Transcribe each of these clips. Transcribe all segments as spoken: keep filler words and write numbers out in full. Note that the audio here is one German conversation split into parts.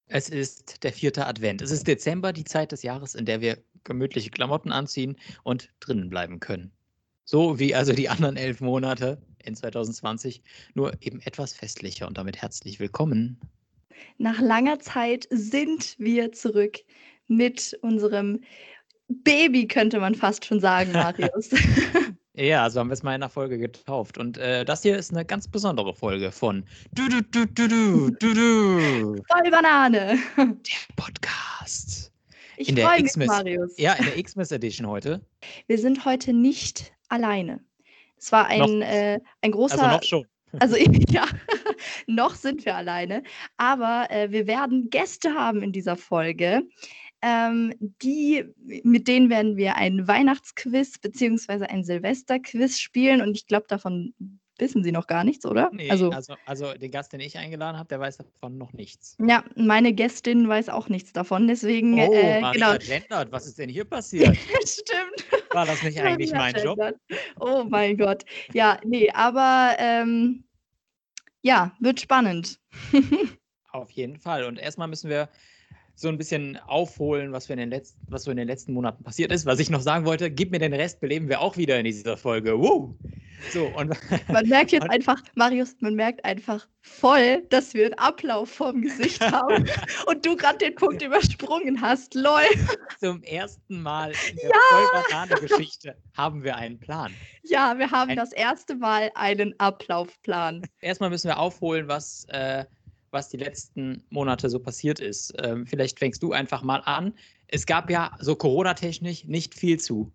Es ist der vierte Advent. Es ist Dezember, die Zeit des Jahres, in der wir gemütliche Klamotten anziehen und drinnen bleiben können. So wie also die anderen elf Monate in zwanzig zwanzig, nur eben etwas festlicher und damit herzlich willkommen. Nach langer Zeit sind wir zurück mit unserem Baby, könnte man fast schon sagen, Marius. Ja, so haben wir es mal in der Folge getauft. Und äh, das hier ist eine ganz besondere Folge von Du Du Du Du Du Du Du. Voll Banane. Der Podcast. Ich In der freue mich, Xmas, Marius. ja, in der Xmas Edition heute. Wir sind heute nicht alleine. Es war Noch, ein, äh, ein großer. also noch schon. Also ja, noch sind wir alleine, aber äh, wir werden Gäste haben in dieser Folge. Ähm, die, mit denen werden wir ein Weihnachtsquiz bzw. ein Silvesterquiz spielen und ich glaube, davon wissen sie noch gar nichts, oder? Nee, Also, also, also den Gast, den ich eingeladen habe, der weiß davon noch nichts. ja, meine Gästin weiß auch nichts davon, deswegen, Oh, äh, Maria genau. gendert, was ist denn hier passiert? Stimmt. War das nicht eigentlich Maria mein Job? gendert. Oh mein Gott. Ja, nee, aber ähm, ja, wird spannend. Auf jeden Fall. Und erstmal müssen wir so ein bisschen aufholen, was, wir in den letzten, was so in den letzten Monaten passiert ist. Was ich noch sagen wollte, gib mir den Rest, beleben wir auch wieder in dieser Folge. Woo! So, und Man merkt jetzt und, einfach, Marius, man merkt einfach voll, dass wir einen Ablauf vorm Gesicht haben und du gerade den Punkt übersprungen hast. Lol. Zum ersten Mal in der Ja. Vollbanane-Geschichte haben wir einen Plan. Ja, wir haben Ein- das erste Mal einen Ablaufplan. Erstmal müssen wir aufholen, was, äh, was die letzten Monate so passiert ist. Ähm, vielleicht fängst du einfach mal an. Es gab ja so Corona-technisch nicht viel zu.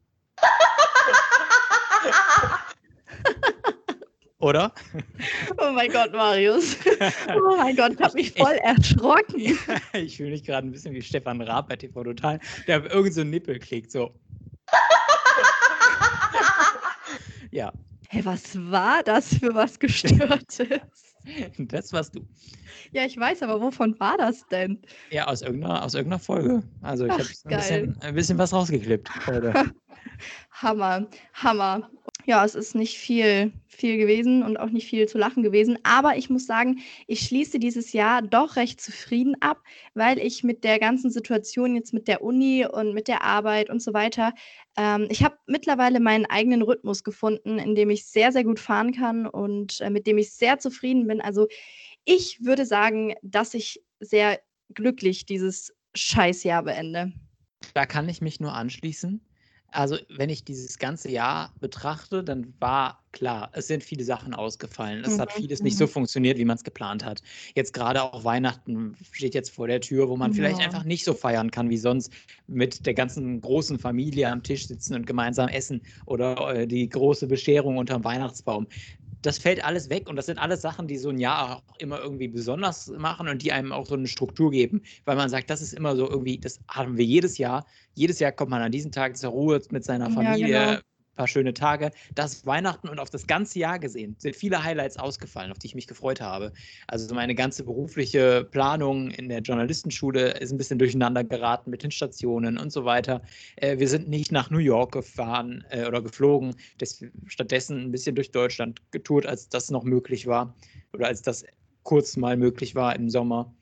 Oder? Oh mein Gott, Marius. Oh mein Gott, ich habe mich voll erschrocken. Ich fühle mich gerade ein bisschen wie Stefan Raab bei T V Total, der auf irgend so einen Nippel klickt, so. Ja. Hey, was war das für was Gestörtes? Das warst du. Ja, ich weiß, aber wovon war das denn? Ja, aus irgendeiner, aus irgendeiner Folge. Also ich Ach, habe ein geil. bisschen, ein bisschen was rausgeklippt heute. Hammer, Hammer. Ja, es ist nicht viel, viel gewesen und auch nicht viel zu lachen gewesen. Aber ich muss sagen, ich schließe dieses Jahr doch recht zufrieden ab, weil ich mit der ganzen Situation jetzt mit der Uni und mit der Arbeit und so weiter, ähm, ich habe mittlerweile meinen eigenen Rhythmus gefunden, in dem ich sehr, sehr gut fahren kann und äh, mit dem ich sehr zufrieden bin. Also ich würde sagen, dass ich sehr glücklich dieses Scheißjahr beende. Da kann ich mich nur anschließen. Also wenn ich dieses ganze Jahr betrachte, dann war klar, es sind viele Sachen ausgefallen. Es Mhm, hat vieles mhm. nicht so funktioniert, wie man es geplant hat. Jetzt gerade auch Weihnachten steht jetzt vor der Tür, wo man vielleicht Ja. einfach nicht so feiern kann wie sonst, mit der ganzen großen Familie am Tisch sitzen und gemeinsam essen oder äh, die große Bescherung unterm Weihnachtsbaum. Das fällt alles weg und das sind alles Sachen, die so ein Jahr auch immer irgendwie besonders machen und die einem auch so eine Struktur geben, weil man sagt, das ist immer so irgendwie, das haben wir jedes Jahr. Jedes Jahr kommt man an diesen Tag zur Ruhe mit seiner Ja, Familie, genau. ein paar schöne Tage. Das ist Weihnachten und auf das ganze Jahr gesehen sind viele Highlights ausgefallen, auf die ich mich gefreut habe. Also meine ganze berufliche Planung in der Journalistenschule ist ein bisschen durcheinander geraten mit den Stationen und so weiter. Äh, wir sind nicht nach New York gefahren äh, oder geflogen, das, stattdessen ein bisschen durch Deutschland getourt, als das noch möglich war oder als das kurz mal möglich war im Sommer.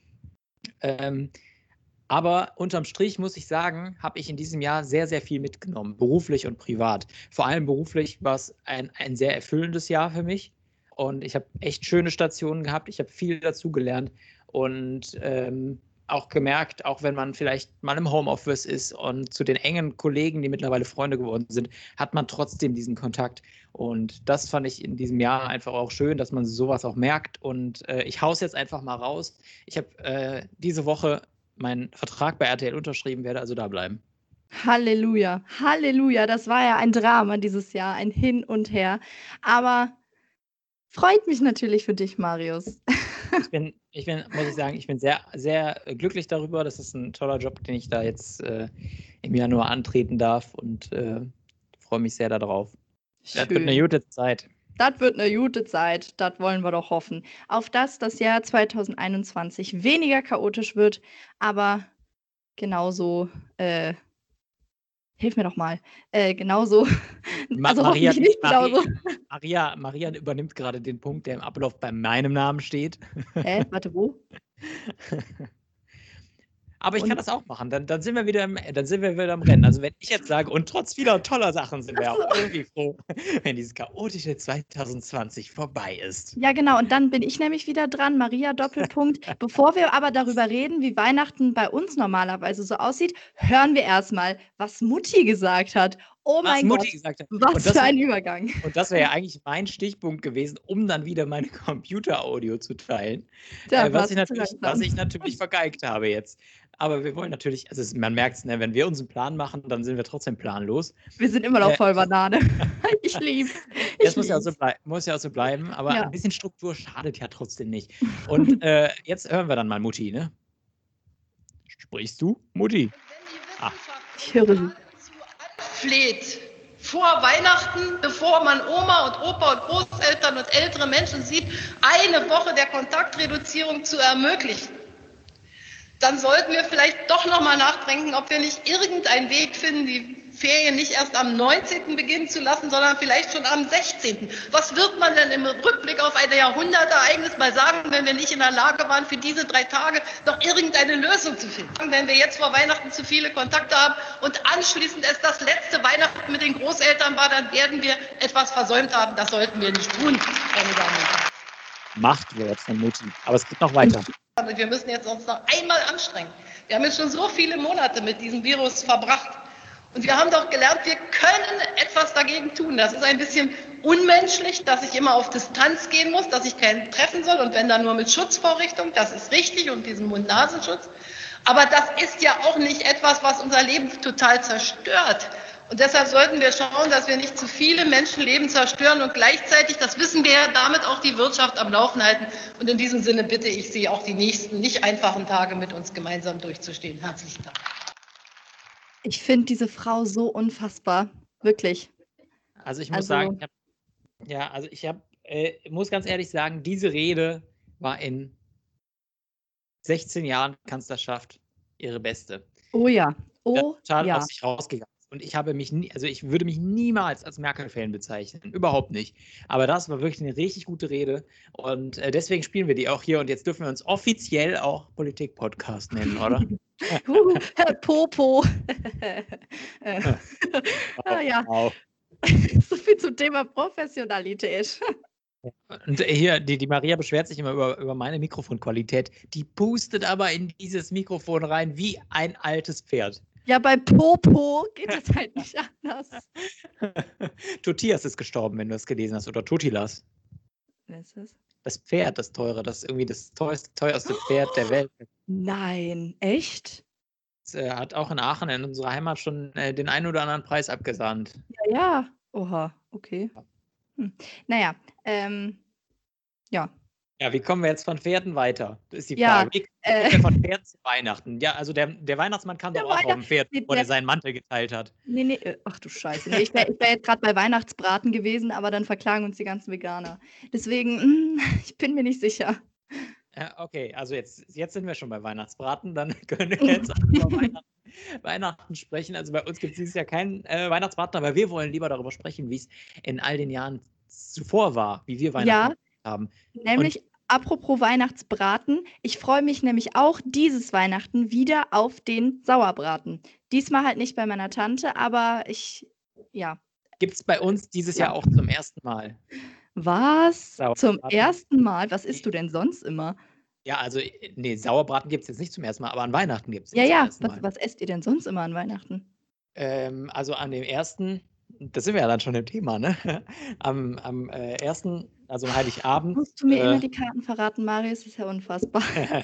Ähm, aber unterm Strich muss ich sagen, habe ich in diesem Jahr sehr, sehr viel mitgenommen, beruflich und privat. Vor allem beruflich war es ein, ein sehr erfüllendes Jahr für mich. Und ich habe echt schöne Stationen gehabt. Ich habe viel dazugelernt und ähm, auch gemerkt, auch wenn man vielleicht mal im Homeoffice ist und zu den engen Kollegen, die mittlerweile Freunde geworden sind, hat man trotzdem diesen Kontakt. Und das fand ich in diesem Jahr einfach auch schön, dass man sowas auch merkt. Und äh, ich hau's jetzt einfach mal raus. Ich habe äh, diese Woche meinen Vertrag bei R T L unterschrieben, werde also da bleiben. Halleluja, Halleluja. Das war ja ein Drama dieses Jahr, ein Hin und Her. Aber freut mich natürlich für dich, Marius. Ich bin, ich bin, muss ich sagen, ich bin sehr, sehr glücklich darüber. Das ist ein toller Job, den ich da jetzt äh, im Januar antreten darf und äh, freue mich sehr darauf. Das wird eine gute Zeit. Das wird eine gute Zeit, das wollen wir doch hoffen. Auf dass das Jahr zwanzig einundzwanzig weniger chaotisch wird, aber genauso, äh, hilf mir doch mal, äh, genauso, Ma also Maria, hoffentlich nicht Maria, genauso. Maria, Maria übernimmt gerade den Punkt, der im Ablauf bei meinem Namen steht. Hä, warte, wo? Aber ich kann Und das auch machen. Dann, dann, sind wir wieder im, dann sind wir wieder im Rennen. Also wenn ich jetzt sage, und trotz vieler toller Sachen sind wir auch Achso. irgendwie froh, wenn dieses chaotische zwanzig zwanzig vorbei ist. Ja, genau. Und dann bin ich nämlich wieder dran, Maria Doppelpunkt. Bevor wir aber darüber reden, wie Weihnachten bei uns normalerweise so aussieht, hören wir erstmal, was Mutti gesagt hat. Oh Was mein Mutti Gott, gesagt hat. was Und das, für wär, ein Übergang. und das wäre ja eigentlich mein Stichpunkt gewesen, um dann wieder meine Computer-Audio zu teilen. Tja, Äh, was, warst ich du zu natürlich, was ich langsam. natürlich vergeigt habe jetzt. Aber wir wollen natürlich, also es, man merkt es, ne, wenn wir uns einen Plan machen, dann sind wir trotzdem planlos. Wir sind immer noch Äh, voll Banane. Ich lieb's. Das Ich muss ja, auch so lieb's. blei- muss ja auch so bleiben, aber Ja. ein bisschen Struktur schadet ja trotzdem nicht. Und äh, jetzt hören wir dann mal Mutti, ne? Sprichst du, Mutti? Ah. Ich höre sie. Fleht vor Weihnachten, bevor man Oma und Opa und Großeltern und ältere Menschen sieht, eine Woche der Kontaktreduzierung zu ermöglichen, dann sollten wir vielleicht doch nochmal nachdenken, ob wir nicht irgendeinen Weg finden, die Ferien nicht erst am neunzehnten beginnen zu lassen, sondern vielleicht schon am sechzehnten Was wird man denn im Rückblick auf ein Jahrhundertereignis mal sagen, wenn wir nicht in der Lage waren, für diese drei Tage noch irgendeine Lösung zu finden? Wenn wir jetzt vor Weihnachten zu viele Kontakte haben und anschließend es das letzte Weihnachten mit den Großeltern war, dann werden wir etwas versäumt haben. Das sollten wir nicht tun, meine Damen und Herren. Machtwort von Mutti. Aber es geht noch weiter. Und wir müssen jetzt uns noch einmal anstrengen. Wir haben jetzt schon so viele Monate mit diesem Virus verbracht. Und wir haben doch gelernt, wir können etwas dagegen tun. Das ist ein bisschen unmenschlich, dass ich immer auf Distanz gehen muss, dass ich keinen treffen soll und wenn dann nur mit Schutzvorrichtung. Das ist richtig und diesen Mund-Nasenschutz. Aber das ist ja auch nicht etwas, was unser Leben total zerstört. Und deshalb sollten wir schauen, dass wir nicht zu viele Menschenleben zerstören und gleichzeitig, das wissen wir ja, damit auch die Wirtschaft am Laufen halten. Und in diesem Sinne bitte ich Sie, auch die nächsten nicht einfachen Tage mit uns gemeinsam durchzustehen. Herzlichen Dank. Ich finde diese Frau so unfassbar. Wirklich. Also ich muss Also, sagen, ich hab, ja, also ich habe, äh, muss ganz ehrlich sagen, diese Rede war in sechzehn Jahren Kanzlerschaft ihre beste. oh ja. Das Oh ist total ja. aus sich rausgegangen. Und ich habe mich nie, also ich würde mich niemals als Merkel-Fan bezeichnen. Überhaupt nicht. Aber das war wirklich eine richtig gute Rede. Und äh, deswegen spielen wir die auch hier. Und jetzt dürfen wir uns offiziell auch Politik-Podcast nennen, oder? Uh, Popo. Äh, ah, ja, Wow. so viel zum Thema Professionalität. Und hier, die, die Maria beschwert sich immer über, über meine Mikrofonqualität. Die pustet aber in dieses Mikrofon rein wie ein altes Pferd. Ja, bei Popo geht das halt nicht anders. Totias ist gestorben, wenn du es gelesen hast. Oder Totilas. Wer ist das? Das Pferd, das teure, das irgendwie das teuerste, teuerste Pferd der Welt. Nein, echt? Das, äh, hat auch in Aachen in unserer Heimat schon äh, den einen oder anderen Preis abgesahnt. Ja, ja. Oha, okay. Hm. Naja, ähm, ja. Ja, wie kommen wir jetzt von Pferden weiter? Das ist die Ja, Frage. Wie kommen äh, wir von Pferden zu Weihnachten? Ja, also der, der Weihnachtsmann kann der doch auch auf dem Weihnachts... Pferd, Nee, bevor er der, seinen Mantel geteilt hat. nee, nee, äh, ach du Scheiße. Nee, ich wäre ich wär jetzt gerade bei Weihnachtsbraten gewesen, aber dann verklagen uns die ganzen Veganer. Deswegen, mm, ich bin mir nicht sicher. Ja, okay, also jetzt, jetzt sind wir schon bei Weihnachtsbraten, dann können wir jetzt auch über Weihnachten, Weihnachten sprechen. Also bei uns gibt es dieses Jahr keinen äh, Weihnachtsbraten, aber wir wollen lieber darüber sprechen, wie es in all den Jahren zuvor war, wie wir Weihnachten Ja, gemacht haben. Und nämlich apropos Weihnachtsbraten, ich freue mich nämlich auch dieses Weihnachten wieder auf den Sauerbraten. Diesmal halt nicht bei meiner Tante, aber ich, ja. gibt es bei uns dieses Ja. Jahr auch zum ersten Mal Was? Zum Sauerbraten. ersten Mal? Was isst du denn sonst immer? Ja, also, äh, nee, Sauerbraten gibt es jetzt nicht zum ersten Mal, aber an Weihnachten gibt es Ja, den zum ja. ersten Was, Mal. was esst ihr denn sonst immer an Weihnachten? Ähm, also an dem ersten, das sind wir ja dann schon im Thema, ne? Am, am äh, ersten, also am Heiligabend, Musst du mir immer äh, die Karten verraten, Marius? Das ist ja unfassbar.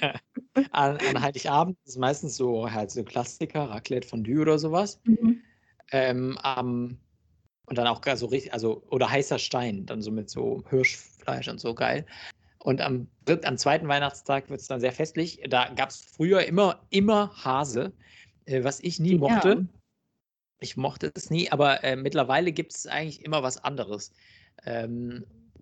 an, an Heiligabend ist meistens so halt so Klassiker, Raclette Fondue oder sowas. Mhm. Ähm, am, und dann auch gar so richtig, also, oder heißer Stein, dann so mit so Hirschfleisch und so geil. Und am, dritt, am zweiten Weihnachtstag wird es dann sehr festlich. Da gab es früher immer, immer Hase, äh, was ich nie mochte. Ja. Ich mochte es nie, aber äh, mittlerweile gibt es eigentlich immer was anderes. Ähm,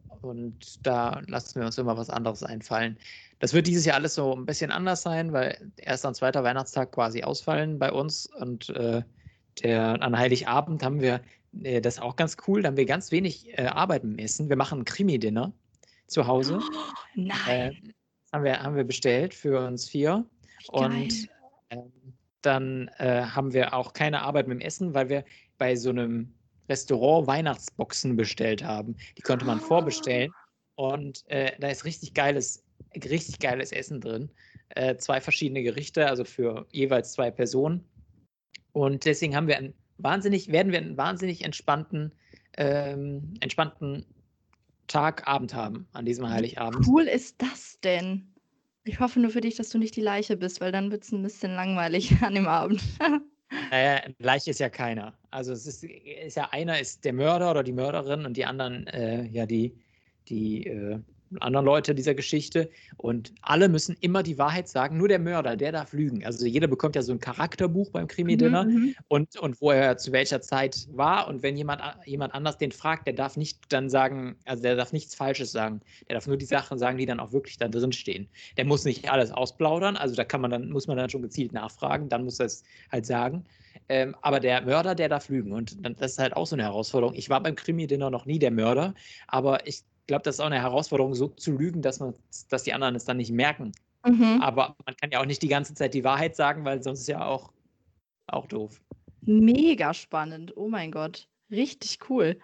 und da lassen wir uns immer was anderes einfallen. Das wird dieses Jahr alles so ein bisschen anders sein, weil erster und zweiter Weihnachtstag quasi ausfallen bei uns. Und äh, der, an Heiligabend haben wir, äh, das ist auch ganz cool, da haben wir ganz wenig äh, Arbeit im Essen. Wir machen ein Krimi-Dinner zu Hause. Oh, nein. Äh, das haben wir, haben wir bestellt für uns vier. Wie Und geil. Ähm, dann äh, haben wir auch keine Arbeit mit dem Essen, weil wir bei so einem Restaurant Weihnachtsboxen bestellt haben. Die konnte man Oh. vorbestellen und äh, da ist richtig geiles, richtig geiles Essen drin. Äh, zwei verschiedene Gerichte, also für jeweils zwei Personen. Und deswegen haben wir einen wahnsinnig, werden wir einen wahnsinnig entspannten, ähm, entspannten Tag, Abend haben an diesem Heiligabend. Wie cool ist das denn? Ich hoffe nur für dich, dass du nicht die Leiche bist, weil dann wird es ein bisschen langweilig an dem Abend. Naja, Leiche ist ja keiner. Also es ist, ist ja einer ist der Mörder oder die Mörderin und die anderen äh, ja die, die äh, anderen Leute dieser Geschichte. Und alle müssen immer die Wahrheit sagen. Nur der Mörder, der darf lügen. Also jeder bekommt ja so ein Charakterbuch beim Krimi-Dinner Mhm, und, und wo er zu welcher Zeit war. Und wenn jemand, jemand anders den fragt, der darf nicht dann sagen, also der darf nichts Falsches sagen. Der darf nur die Sachen sagen, die dann auch wirklich da drin stehen. Der muss nicht alles ausplaudern. Also da kann man dann, muss man dann schon gezielt nachfragen. Dann muss er es halt sagen. Ähm, aber der Mörder, der darf lügen. Und das ist halt auch so eine Herausforderung. Ich war beim Krimi-Dinner noch nie der Mörder, aber ich glaube, das ist auch eine Herausforderung, so zu lügen, dass, man, dass die anderen es dann nicht merken. mhm. Aber man kann ja auch nicht die ganze Zeit die Wahrheit sagen, weil sonst ist ja auch, auch doof. Mega spannend. Oh mein Gott. Richtig cool.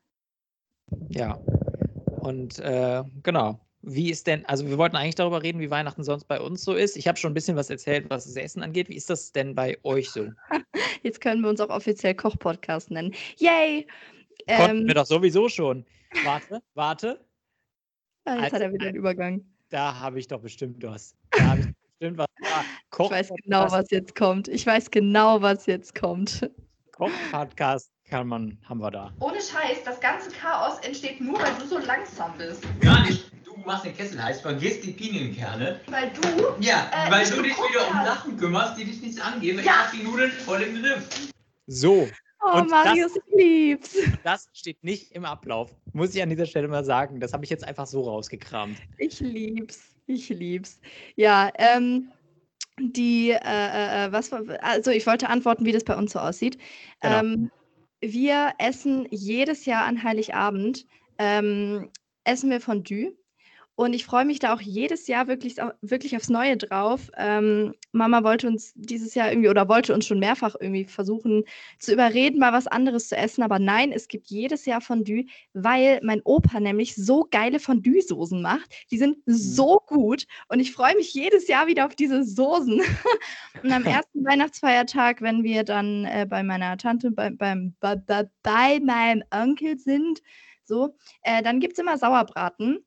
Ja. Und äh, genau. Wie ist denn, also wir wollten eigentlich darüber reden, wie Weihnachten sonst bei uns so ist. Ich habe schon ein bisschen was erzählt, was das Essen angeht. Wie ist das denn bei euch so? Jetzt können wir uns auch offiziell Koch-Podcast nennen. Yay! Konnten Ähm, wir doch sowieso schon. Warte, warte. ah, jetzt als- hat er wieder einen Übergang. Da habe ich doch bestimmt was. Da habe ich bestimmt was. Ja, Ich weiß genau, was jetzt kommt. Ich weiß genau, was jetzt kommt. Koch-Podcast kann man, haben wir da. Ohne Scheiß, das ganze Chaos entsteht nur, weil du so langsam bist. Gar nicht. Du machst den Kessel heiß, vergisst die Pinienkerne. Weil du Ja, Äh, weil ich du dich geguckt wieder um hast. Sachen kümmerst, die dich nichts angehen. Ich Ja. hab die Nudeln voll im Griff. So, Oh, Und Marius, ich lieb's. das steht nicht im Ablauf. Muss ich an dieser Stelle mal sagen. Das habe ich jetzt einfach so rausgekramt. Ich lieb's. Ich lieb's. Ja, ähm, die, äh, äh, was war, also ich wollte antworten, wie das bei uns so aussieht. Genau. Ähm, wir essen jedes Jahr an Heiligabend, ähm, essen wir Fondue. Und ich freue mich da auch jedes Jahr wirklich, wirklich aufs Neue drauf. Ähm, Mama wollte uns dieses Jahr irgendwie oder wollte uns schon mehrfach irgendwie versuchen zu überreden, mal was anderes zu essen. Aber nein, es gibt jedes Jahr Fondue, weil mein Opa nämlich so geile Fondue-Soßen macht. Die sind so gut und ich freue mich jedes Jahr wieder auf diese Soßen. Und am ersten Weihnachtsfeiertag, wenn wir dann äh, bei meiner Tante, bei, beim, bei, bei, bei meinem Onkel sind, so, äh, dann gibt es immer Sauerbraten.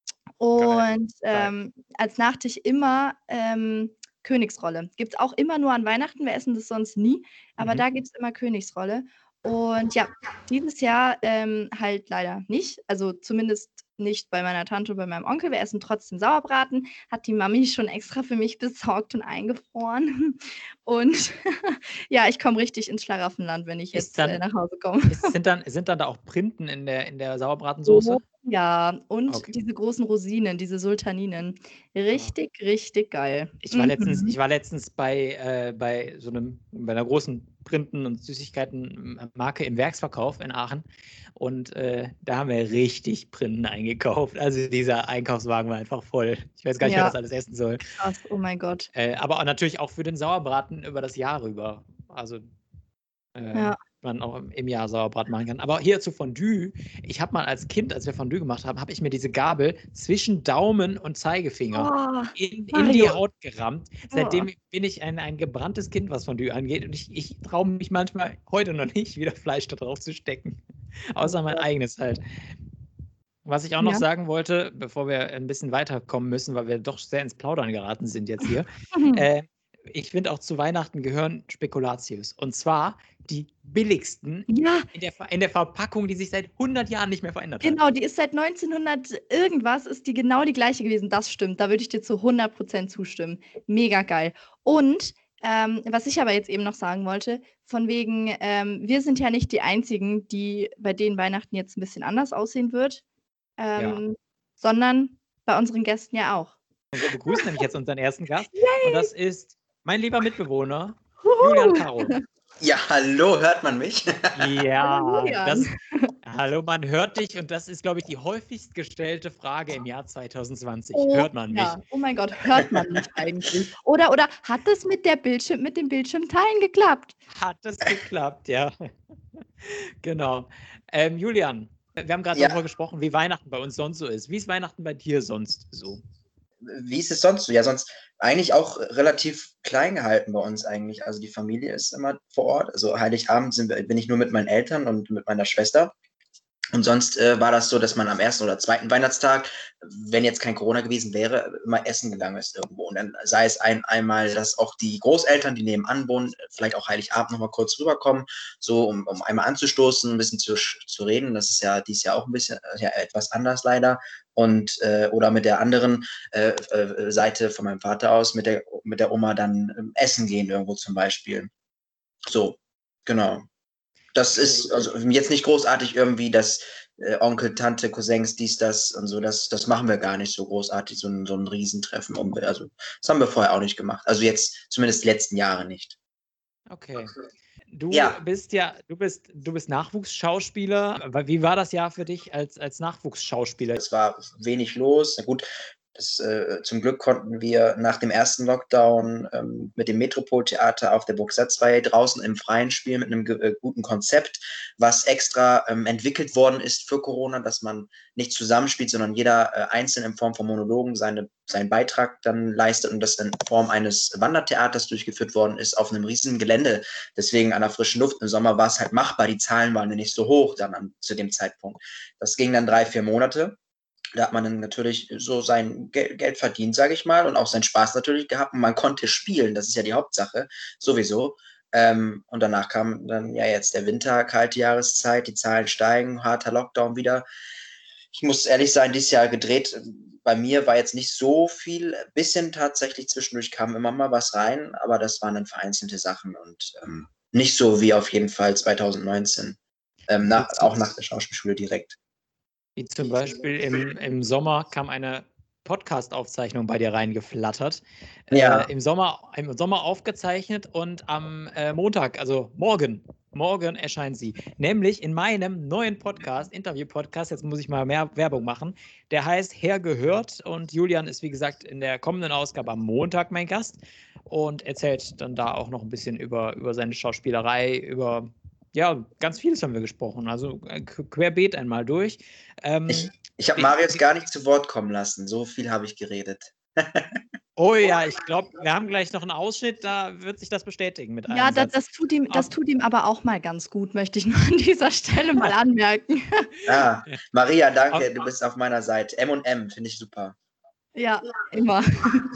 Und ähm, als Nachtisch immer ähm, Königsrolle. Gibt es auch immer nur an Weihnachten, wir essen das sonst nie, aber Mhm. da gibt es immer Königsrolle. Und ja, dieses Jahr ähm, halt leider nicht, also zumindest nicht bei meiner Tante und bei meinem Onkel. Wir essen trotzdem Sauerbraten, hat die Mami schon extra für mich besorgt und eingefroren. Und ja, ich komme richtig ins Schlaraffenland, wenn ich Ist jetzt dann- äh, nach Hause komme. Ist, sind, dann, sind dann da auch Printen in der, in der Sauerbratensoße? Oh, ja, und Okay. diese großen Rosinen, diese Sultaninen. Richtig, richtig geil. Ich war letztens, Mhm. ich war letztens bei, äh, bei so einem, bei einer großen Printen- und Süßigkeiten-Marke im Werksverkauf in Aachen. Und äh, da haben wir richtig Printen eingekauft. Also dieser Einkaufswagen war einfach voll. Ich weiß gar nicht, Ja. wer das alles essen soll. Krass, oh mein Gott. Äh, aber auch natürlich auch für den Sauerbraten über das Jahr rüber. Also äh, Ja. man auch im, im Jahr Sauerbraten machen kann. Aber hier zu Fondue, ich habe mal als Kind, als wir Fondue gemacht haben, habe ich mir diese Gabel zwischen Daumen und Zeigefinger Oh, in, in Mario. die Haut gerammt. Oh. Seitdem bin ich ein, ein gebranntes Kind, was Fondue angeht. Und ich, ich traue mich manchmal heute noch nicht, wieder Fleisch da drauf zu stecken. Außer mein eigenes halt. Was ich auch noch Ja. sagen wollte, bevor wir ein bisschen weiterkommen müssen, weil wir doch sehr ins Plaudern geraten sind jetzt hier. äh, ich finde auch zu Weihnachten gehören Spekulatius. Und zwar die billigsten ja, in der, Ver- in der Verpackung, die sich seit hundert Jahren nicht mehr verändert hat. genau, die ist seit neunzehnhundert irgendwas, ist die genau die gleiche gewesen. Das stimmt, da würde ich dir zu hundert Prozent zustimmen. Mega geil. Und ähm, was ich aber jetzt eben noch sagen wollte, von wegen, ähm, wir sind ja nicht die Einzigen, die bei denen Weihnachten jetzt ein bisschen anders aussehen wird, ähm, sondern bei unseren Gästen ja auch. Und wir begrüßen nämlich jetzt unseren ersten Gast. Und das ist mein lieber Mitbewohner, Huhu. Julian Caro. Ja, hallo, hört man mich? Ja, Hallo, Julian. das, Hallo, man hört dich und das ist, glaube ich, die häufigst gestellte Frage im Jahr zwanzig zwanzig. Oh, Hört man mich? ja. Oh mein Gott, hört man mich eigentlich? Oder, oder hat es mit, der Bildschirm, mit dem Bildschirmteilen geklappt? Hat es geklappt, ja. Genau. Ähm, Julian, wir haben gerade Ja. darüber gesprochen, wie Weihnachten bei uns sonst so ist. Wie ist Weihnachten bei dir sonst so? Wie ist es sonst so? Ja, sonst eigentlich auch relativ klein gehalten bei uns eigentlich. Also die Familie ist immer vor Ort. Also Heiligabend sind wir, bin ich nur mit meinen Eltern und mit meiner Schwester. Und sonst äh, war das so, dass man am ersten oder zweiten Weihnachtstag, wenn jetzt kein Corona gewesen wäre, immer essen gegangen ist irgendwo. Und dann sei es ein, einmal, dass auch die Großeltern, die nebenan wohnen, vielleicht auch Heiligabend nochmal kurz rüberkommen, so um, um einmal anzustoßen, ein bisschen zu, zu reden. Das ist ja dies Jahr auch ein bisschen ja, etwas anders leider. Und äh, oder mit der anderen äh, äh, Seite von meinem Vater aus, mit der, mit der Oma dann ähm, essen gehen irgendwo zum Beispiel. So, genau. Das ist also jetzt nicht großartig irgendwie, dass äh, Onkel, Tante, Cousins, dies, das und so, das, das machen wir gar nicht so großartig, so ein, so ein Riesentreffen. Um, also das haben wir vorher auch nicht gemacht. Also jetzt zumindest die letzten Jahre nicht. Okay. Du Ja. bist ja, du bist, du bist Nachwuchsschauspieler. Aber wie war das Jahr für dich als, als Nachwuchsschauspieler? Es war wenig los. Na gut, das, äh, zum Glück konnten wir nach dem ersten Lockdown ähm, mit dem Metropoltheater auf der Burg zwei draußen im Freien spielen mit einem äh, guten Konzept, was extra ähm, entwickelt worden ist für Corona, dass man nicht zusammenspielt, sondern jeder äh, einzeln in Form von Monologen seine, seinen Beitrag dann leistet und das in Form eines Wandertheaters durchgeführt worden ist auf einem riesigen Gelände. Deswegen an der frischen Luft. Im Sommer war es halt machbar. Die Zahlen waren ja nicht so hoch dann an, zu dem Zeitpunkt. Das ging dann drei, vier Monate. Da hat man dann natürlich so sein Geld, Geld verdient, sage ich mal, und auch seinen Spaß natürlich gehabt. Und man konnte spielen, das ist ja die Hauptsache, sowieso. Ähm, und danach kam dann ja jetzt der Winter, kalte Jahreszeit, die Zahlen steigen, harter Lockdown wieder. Ich muss ehrlich sein, dieses Jahr gedreht. Bei mir war jetzt nicht so viel, bisschen tatsächlich zwischendurch kam immer mal was rein, aber das waren dann vereinzelte Sachen und ähm, nicht so wie auf jeden Fall zwanzig neunzehn. Ähm, nach, auch nach der Schauspielschule direkt. Wie zum Beispiel im, im Sommer kam eine Podcast-Aufzeichnung bei dir reingeflattert. Ja. Äh, im, Sommer, Im Sommer aufgezeichnet und am äh, Montag, also morgen, morgen erscheint sie. Nämlich in meinem neuen Podcast, Interview-Podcast, jetzt muss ich mal mehr Werbung machen, der heißt Herr gehört und Julian ist wie gesagt in der kommenden Ausgabe am Montag mein Gast und erzählt dann da auch noch ein bisschen über, über seine Schauspielerei, über ja, ganz vieles haben wir gesprochen, also äh, querbeet einmal durch. Ähm, Ich, ich habe Mario jetzt gar nicht zu Wort kommen lassen, so viel habe ich geredet. oh ja, ich glaube, wir haben gleich noch einen Ausschnitt, da wird sich das bestätigen mit einem Ja, das, Satz. das, tut ihm, das tut ihm aber auch mal ganz gut, möchte ich nur an dieser Stelle mal anmerken. Ah, Maria, danke, Auf- du bist auf meiner Seite. M und M, finde ich super. Ja, immer.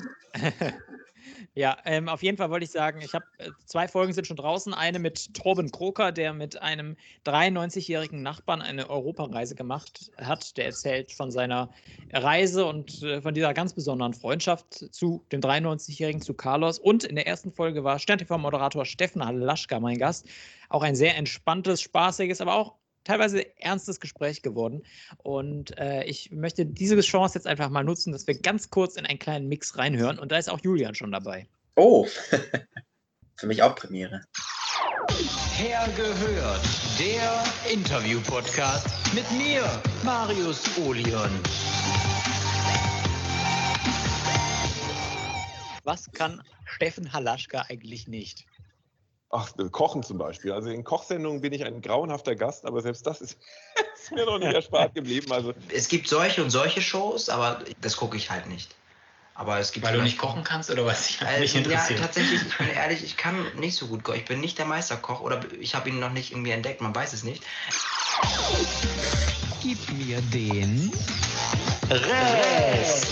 Ja, ähm, auf jeden Fall wollte ich sagen, ich habe äh, zwei Folgen sind schon draußen. Eine mit Torben Kroker, der mit einem dreiundneunzigjährigen Nachbarn eine Europareise gemacht hat. Der erzählt von seiner Reise und äh, von dieser ganz besonderen Freundschaft zu dem dreiundneunzigjährigen, zu Carlos. Und in der ersten Folge war Stern-T V-Moderator Steffen Halaschka mein Gast. Auch ein sehr entspanntes, spaßiges, aber auch teilweise ernstes Gespräch geworden. Und äh, ich möchte diese Chance jetzt einfach mal nutzen, dass wir ganz kurz in einen kleinen Mix reinhören. Und da ist auch Julian schon dabei. Oh, für mich auch Premiere. Herr gehört, der Interview-Podcast mit mir, Marius Olion. Was kann Steffen Halaschka eigentlich nicht? Ach, Kochen zum Beispiel. Also in Kochsendungen bin ich ein grauenhafter Gast, aber selbst das ist, ist mir noch nicht erspart geblieben. Also Es gibt solche und solche Shows, aber das gucke ich halt nicht. Aber es gibt Weil du zum nicht Beispiel- kochen kannst oder was dich Also, nicht ja, interessiert? tatsächlich, ich bin ehrlich, ich kann nicht so gut kochen. Ich bin nicht der Meisterkoch oder ich habe ihn noch nicht irgendwie entdeckt, man weiß es nicht. Gib mir den Rest.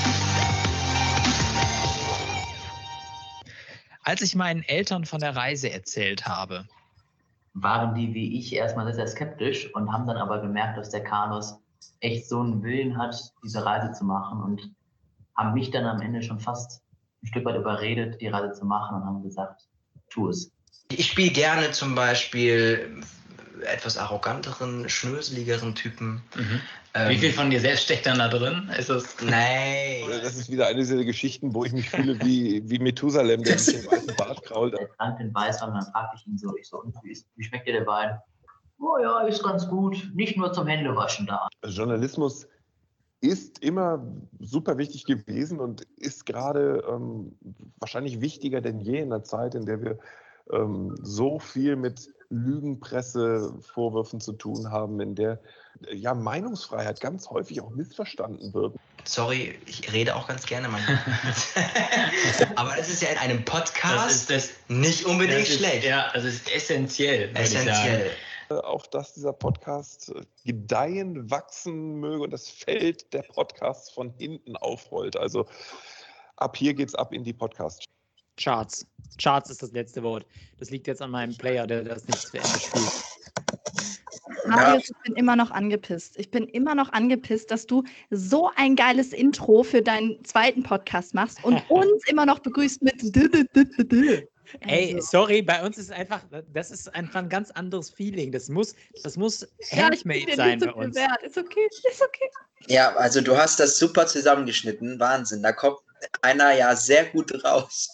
Als ich meinen Eltern von der Reise erzählt habe, waren die wie ich erstmal sehr, sehr skeptisch und haben dann aber gemerkt, dass der Carlos echt so einen Willen hat, diese Reise zu machen und haben mich dann am Ende schon fast ein Stück weit überredet, die Reise zu machen und haben gesagt, tu es. Ich spiele gerne zum Beispiel etwas arroganteren, schnöseligeren Typen. Mhm. Ähm, Wie viel von dir selbst steckt dann da drin? Ist das Nein. das ist wieder eine dieser Geschichten, wo ich mich fühle wie, wie Methusalem, der sich den weißen Bart krault. Er trank den Weißwein und dann fragte ich ihn so, ich so, und wie, ist, wie schmeckt dir der Wein? Oh ja, ist ganz gut. Nicht nur zum Händewaschen da. Journalismus ist immer super wichtig gewesen und ist gerade ähm, wahrscheinlich wichtiger denn je in einer Zeit, in der wir ähm, so viel mit Lügenpresse-Vorwürfen zu tun haben, in der äh, ja Meinungsfreiheit ganz häufig auch missverstanden wird. Sorry, ich rede auch ganz gerne manchmal. Aber das ist ja in einem Podcast Das ist das, nicht unbedingt das ist, schlecht. Ja, das ist essentiell. würde ich sagen. Essentiell. Auch dass dieser Podcast äh, gedeihen, wachsen möge und das Feld der Podcasts von hinten aufrollt. Also ab hier geht's ab in die Podcasts. Charts. Charts ist das letzte Wort. Das liegt jetzt an meinem Player, der das nicht zu Ende spielt. Marius, ich bin immer noch angepisst. Ich bin immer noch angepisst, dass du so ein geiles Intro für deinen zweiten Podcast machst und uns immer noch begrüßt mit d- d- d- d- d. Ey, Also, sorry, bei uns ist einfach, das ist einfach ein ganz anderes Feeling. Das muss, das muss ja, ich bin handmade dir sein nicht so bei viel uns. wert. Ist okay, ist okay. Ja, also du hast das super zusammengeschnitten. Wahnsinn. Da kommt einer ja sehr gut raus.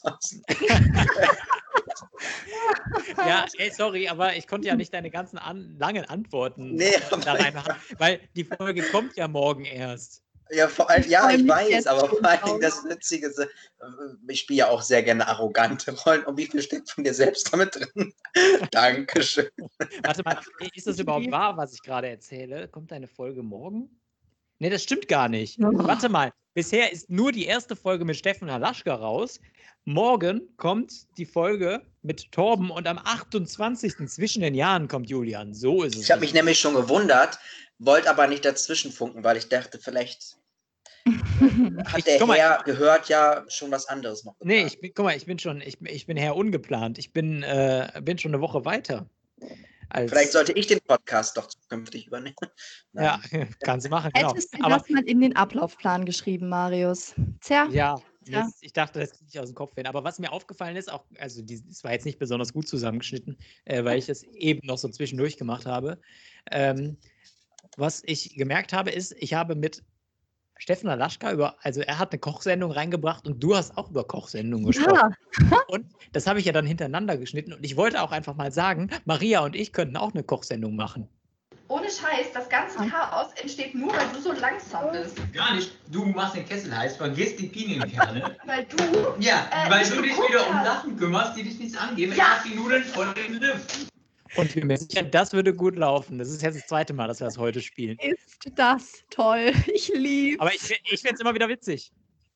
Ja, ey, sorry, aber ich konnte ja nicht deine ganzen an, langen Antworten Nee, äh, aber- da reinmachen, weil die Folge kommt ja morgen erst. Ja, vor allem, ja, freu ich mich weiß, jetzt aber schon vor allen Dingen drauf. das Witzige ist, äh, ich spiele ja auch sehr gerne arrogante Rollen. Und wie viel steckt von dir selbst damit drin? Dankeschön. Warte mal, ist das überhaupt wahr, was ich gerade erzähle? Kommt deine Folge morgen? Nee, das stimmt gar nicht. Warte mal, bisher ist nur die erste Folge mit Steffen Halaschka raus. Morgen kommt die Folge mit Torben und am achtundzwanzigsten zwischen den Jahren kommt Julian. So ist es. Ich habe mich nämlich schon gewundert, wollte aber nicht dazwischen funken, weil ich dachte, vielleicht hat Ich- der guck mal, Herr gehört ja schon was anderes noch. Nee, geplant. ich bin, guck mal, ich bin schon, ich, ich bin Herr ungeplant. Ich bin, äh, bin schon eine Woche weiter. Als, Vielleicht sollte ich den Podcast doch zukünftig übernehmen. Ja, Nein. kannst du machen, genau. Hättest du Aber das mal in den Ablaufplan geschrieben, Marius? Tja, ja, Ja. das, ich dachte, das kriege ich aus dem Kopf hin. Aber was mir aufgefallen ist, auch, also es war jetzt nicht besonders gut zusammengeschnitten, äh, weil ich es eben noch so zwischendurch gemacht habe. Ähm, was ich gemerkt habe, ist, ich habe mit Steffen Halaschka über, also er hat eine Kochsendung reingebracht und du hast auch über Kochsendungen gesprochen. ja. Und das habe ich ja dann hintereinander geschnitten. Und ich wollte auch einfach mal sagen, Maria und ich könnten auch eine Kochsendung machen. Ohne Scheiß, das ganze Chaos entsteht nur, weil du so langsam bist. Gar nicht. Du machst den Kessel heiß, vergisst die Pinienkerne. Weil du. Ja, Äh, weil nicht du dich geguckt wieder um hast. Sachen kümmerst, die dich nichts angehen. Wenn Ja. du die Nudeln voll im Lift. Und ich bin mir sicher, das würde gut laufen. Das ist jetzt das zweite Mal, dass wir das heute spielen. Ist das toll. Ich liebe Aber ich, ich finde es immer wieder witzig.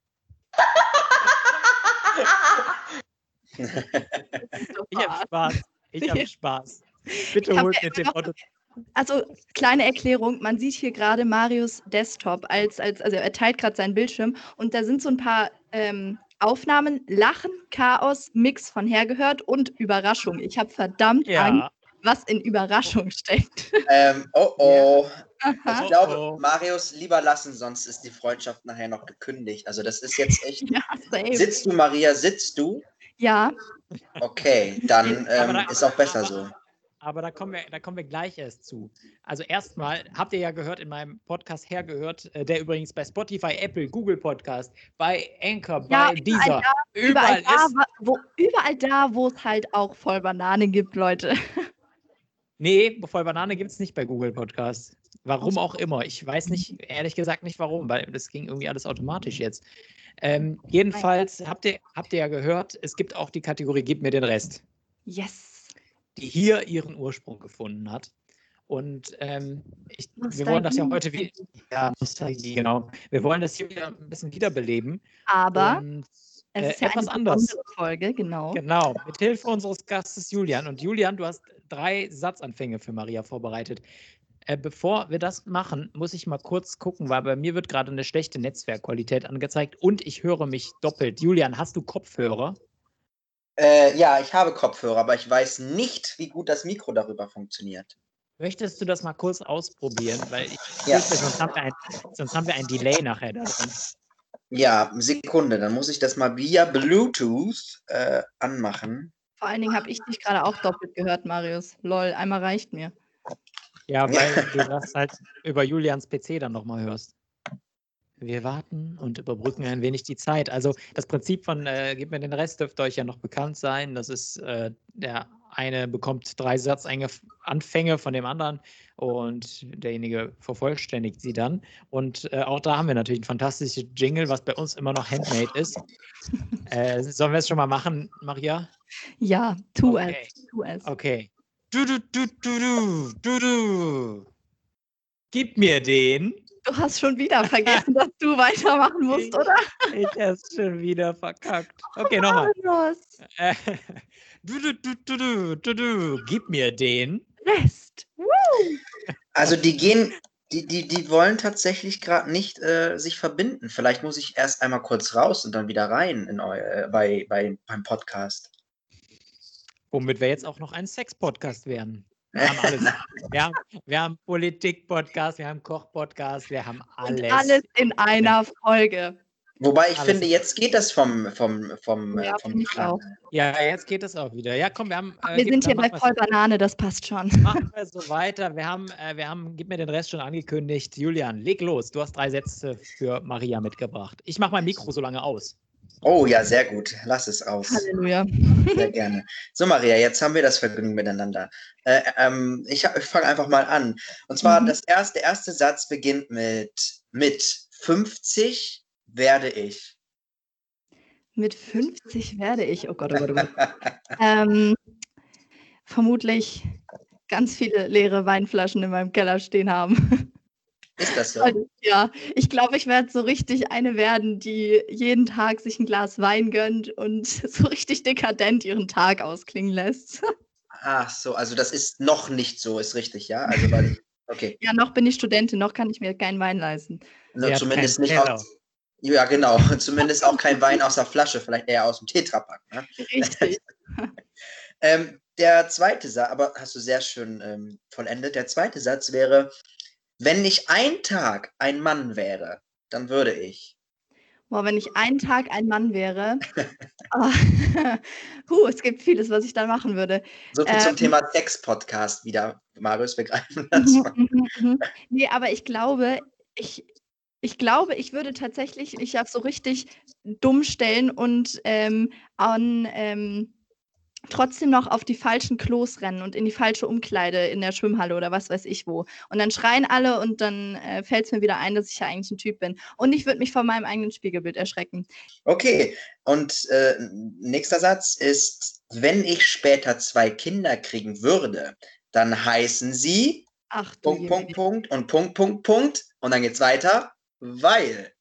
Ich habe Spaß. Ich habe Spaß. Bitte Ich hab holt ja mir den immer noch- Otto. Also, kleine Erklärung, man sieht hier gerade Marius Desktop, als, als, also er teilt gerade seinen Bildschirm und da sind so ein paar ähm, Aufnahmen, Lachen, Chaos, Mix von hergehört und Überraschung. Ich habe verdammt Angst, Ja. was in Überraschung steckt. Ähm, oh oh. Aha. Ich Oh, glaube, oh. Marius, lieber lassen, sonst ist die Freundschaft nachher noch gekündigt. Also das ist jetzt echt. Ja, same. Sitzt du, Maria, sitzt du? Ja, Okay, dann Aber ähm, da- ist auch besser aber- so. Aber da kommen, wir, da kommen wir gleich erst zu. Also erstmal, habt ihr ja gehört in meinem Podcast hergehört, äh, der übrigens bei Spotify, Apple, Google Podcast, bei Anchor, Ja, bei Deezer, überall überall da, ist. wa- wo, überall da, wo es halt auch voll Banane gibt, Leute. Nee, voll Banane gibt es nicht bei Google Podcast. Warum auch immer. Ich weiß nicht, ehrlich gesagt nicht warum, weil das ging irgendwie alles automatisch jetzt. Ähm, jedenfalls habt ihr, habt ihr ja gehört, es gibt auch die Kategorie Gib mir den Rest, Yes. die hier ihren Ursprung gefunden hat. Und ähm, ich, wir wollen das ja heute wieder. Ja, Nostalgie, genau. Wir wollen das hier wieder ein bisschen wiederbeleben. Aber Und, es äh, ist ja etwas eine anders. besondere Folge, genau. Genau, mit Hilfe unseres Gastes Julian. Und Julian, du hast drei Satzanfänge für Maria vorbereitet. Äh, bevor wir das machen, muss ich mal kurz gucken, weil bei mir wird gerade eine schlechte Netzwerkqualität angezeigt und ich höre mich doppelt. Julian, hast du Kopfhörer? Äh, ja, ich habe Kopfhörer, aber ich weiß nicht, wie gut das Mikro darüber funktioniert. Möchtest du das mal kurz ausprobieren? Weil ich Ja. fürchte, sonst haben wir ein, sonst haben wir ein Delay nachher da drin. Ja, Sekunde, dann muss ich das mal via Bluetooth äh, anmachen. Vor allen Dingen habe ich dich gerade auch doppelt gehört, Marius. Lol, einmal reicht mir. Ja, weil du das halt über Julians P C dann nochmal hörst. Wir warten und überbrücken ein wenig die Zeit. Also das Prinzip von äh, Gib mir den Rest dürfte euch ja noch bekannt sein. Das ist äh, der eine bekommt drei Satzanfänge von dem anderen und derjenige vervollständigt sie dann. Und äh, auch da haben wir natürlich ein fantastisches Jingle, was bei uns immer noch handmade ist. Äh, sollen wir es schon mal machen, Maria? Ja, tu Okay. es. Tu es. Okay. Du, du, du, du, du, du, du. Gib mir den. Du hast schon wieder vergessen, dass du weitermachen musst, oder? Ich hab's schon wieder verkackt. Okay, nochmal. Los. Äh, du, du, du, du, du, du, du. Gib mir den. Rest. Woo. Also die gehen, die, die, die wollen tatsächlich gerade nicht äh, sich verbinden. Vielleicht muss ich erst einmal kurz raus und dann wieder rein in eu, äh, bei, bei, beim Podcast. Womit wir jetzt auch noch ein Sex-Podcast werden. Wir haben alles. Wir haben, wir haben Politik-Podcast, wir haben Koch-Podcast, wir haben alles. Und alles in einer Folge. Wobei ich Alles. finde, jetzt geht das vom, vom, vom, Ja, äh, vom finde ich Klang. auch. Ja, jetzt geht es auch wieder. Ja, komm, wir haben. Äh, Wir gib- sind hier dann bei machen Voll Banane, das passt schon. wir's- Machen wir so weiter. Wir haben, äh, wir haben, gib mir den Rest schon angekündigt. Julian, leg los. Du hast drei Sätze für Maria mitgebracht. Ich mache mein Mikro so lange aus. Oh ja, sehr gut. Lass es aus. Halleluja. Sehr gerne. So, Maria, jetzt haben wir das Vergnügen miteinander. Äh, ähm, ich ich fange einfach mal an. Und zwar, Mhm. das erste, der erste Satz beginnt mit, mit fünfzig werde ich. Mit fünfzig werde ich, oh Gott, oh Gott, oh Gott. ähm, vermutlich ganz viele leere Weinflaschen in meinem Keller stehen haben. Ist das so? Also, ja, ich glaube, ich werde so richtig eine werden, die jeden Tag sich ein Glas Wein gönnt und so richtig dekadent ihren Tag ausklingen lässt. Ach so, also das ist noch nicht so, ist richtig, ja? Also, weil ich, okay. Ja, noch bin ich Studentin, noch kann ich mir keinen Wein leisten. Nur Sie hat zumindest keinen nicht Keller. aus, ja, genau. Zumindest auch kein Wein aus der Flasche, vielleicht eher aus dem Tetrapack. Ne? Richtig. Ähm, der zweite Satz, aber hast du sehr schön ähm, vollendet. Der zweite Satz wäre, wenn ich ein Tag ein Mann wäre, dann würde ich. Boah, wenn ich einen Tag ein Mann wäre. Oh, huh, es gibt vieles, was ich dann machen würde. So viel zum Ähm. Thema Sex-Podcast wieder, Marius, begreifen das Mhm, mal. mhm, mhm. Nee, aber ich glaube, ich, ich glaube, ich würde tatsächlich mich auf so richtig dumm stellen und ähm, an, ähm, trotzdem noch auf die falschen Klos rennen und in die falsche Umkleide in der Schwimmhalle oder was weiß ich wo. Und dann schreien alle und dann äh, fällt es mir wieder ein, dass ich ja eigentlich ein Typ bin. Und ich würde mich vor meinem eigenen Spiegelbild erschrecken. Okay, und äh, nächster Satz ist, wenn ich später zwei Kinder kriegen würde, dann heißen sie Ach du Punkt, je. Punkt, Punkt und Punkt, Punkt, Punkt. Und dann geht's weiter, weil.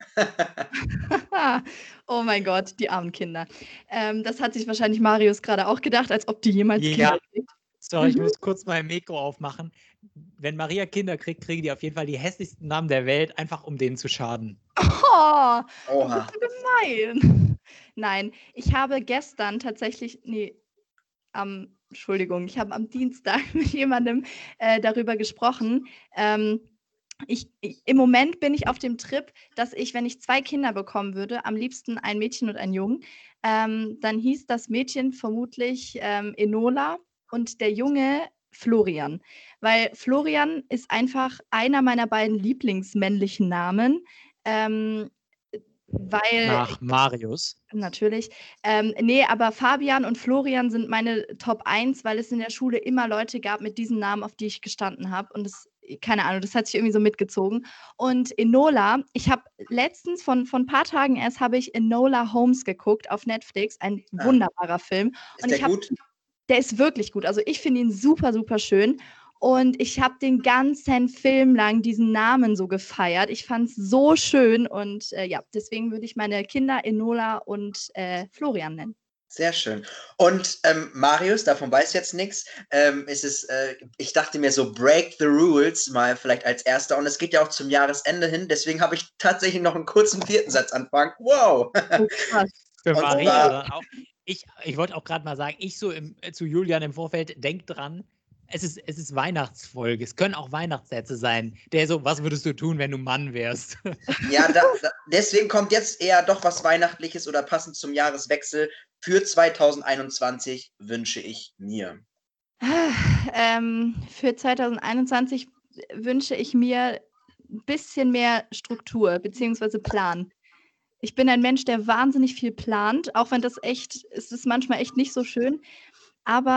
Oh mein Gott, die armen Kinder. Ähm, das hat sich wahrscheinlich Marius gerade auch gedacht, als ob die jemals Ja. Kinder kriegt. Sorry, ich Mhm. muss kurz mein Mikro aufmachen. Wenn Maria Kinder kriegt, kriegen die auf jeden Fall die hässlichsten Namen der Welt, einfach um denen zu schaden. Oh, du Oha. bist so gemein. Nein, ich habe gestern tatsächlich, nee, am, Entschuldigung, ich habe am Dienstag mit jemandem äh, darüber gesprochen. Ähm, ich, ich, Im Moment bin ich auf dem Trip, dass ich, wenn ich zwei Kinder bekommen würde, am liebsten ein Mädchen und ein Jungen, ähm, dann hieß das Mädchen vermutlich ähm, Enola und der Junge Florian. Weil Florian ist einfach einer meiner beiden lieblingsmännlichen Namen. Ähm, weil Nach Marius. Natürlich. Ähm, nee, aber Fabian und Florian sind meine Top eins, weil es in der Schule immer Leute gab mit diesen Namen, auf die ich gestanden habe. Und das, keine Ahnung, das hat sich irgendwie so mitgezogen. Und Enola, ich habe letztens, von, von ein paar Tagen erst, habe ich Enola Holmes geguckt auf Netflix. Ein Ah. wunderbarer Film. Ist Und der ich hab, gut? der ist wirklich gut. Also ich finde ihn super, super schön. Und ich habe den ganzen Film lang diesen Namen so gefeiert. Ich fand es so schön. Und äh, ja, deswegen würde ich meine Kinder Enola und äh, Florian nennen. Sehr schön. Und ähm, Marius, davon weiß jetzt nichts, ähm, ist es, äh, ich dachte mir so, break the rules mal vielleicht als erster. Und es geht ja auch zum Jahresende hin, deswegen habe ich tatsächlich noch einen kurzen vierten Satz anfangen. Wow! Oh, krass. Für Und Maria zwar- dann auch. Ich, ich wollte auch gerade mal sagen, ich so im, äh, zu Julian im Vorfeld, denk dran, es ist, es ist Weihnachtsfolge. Es können auch Weihnachtssätze sein. Der so, was würdest du tun, wenn du Mann wärst? Ja, da, da, deswegen kommt jetzt eher doch was Weihnachtliches oder passend zum Jahreswechsel. Für zweitausendeinundzwanzig wünsche ich mir. Ähm, für zweitausendeinundzwanzig wünsche ich mir ein bisschen mehr Struktur bzw. Plan. Ich bin ein Mensch, der wahnsinnig viel plant, auch wenn das echt, es ist manchmal echt nicht so schön. Aber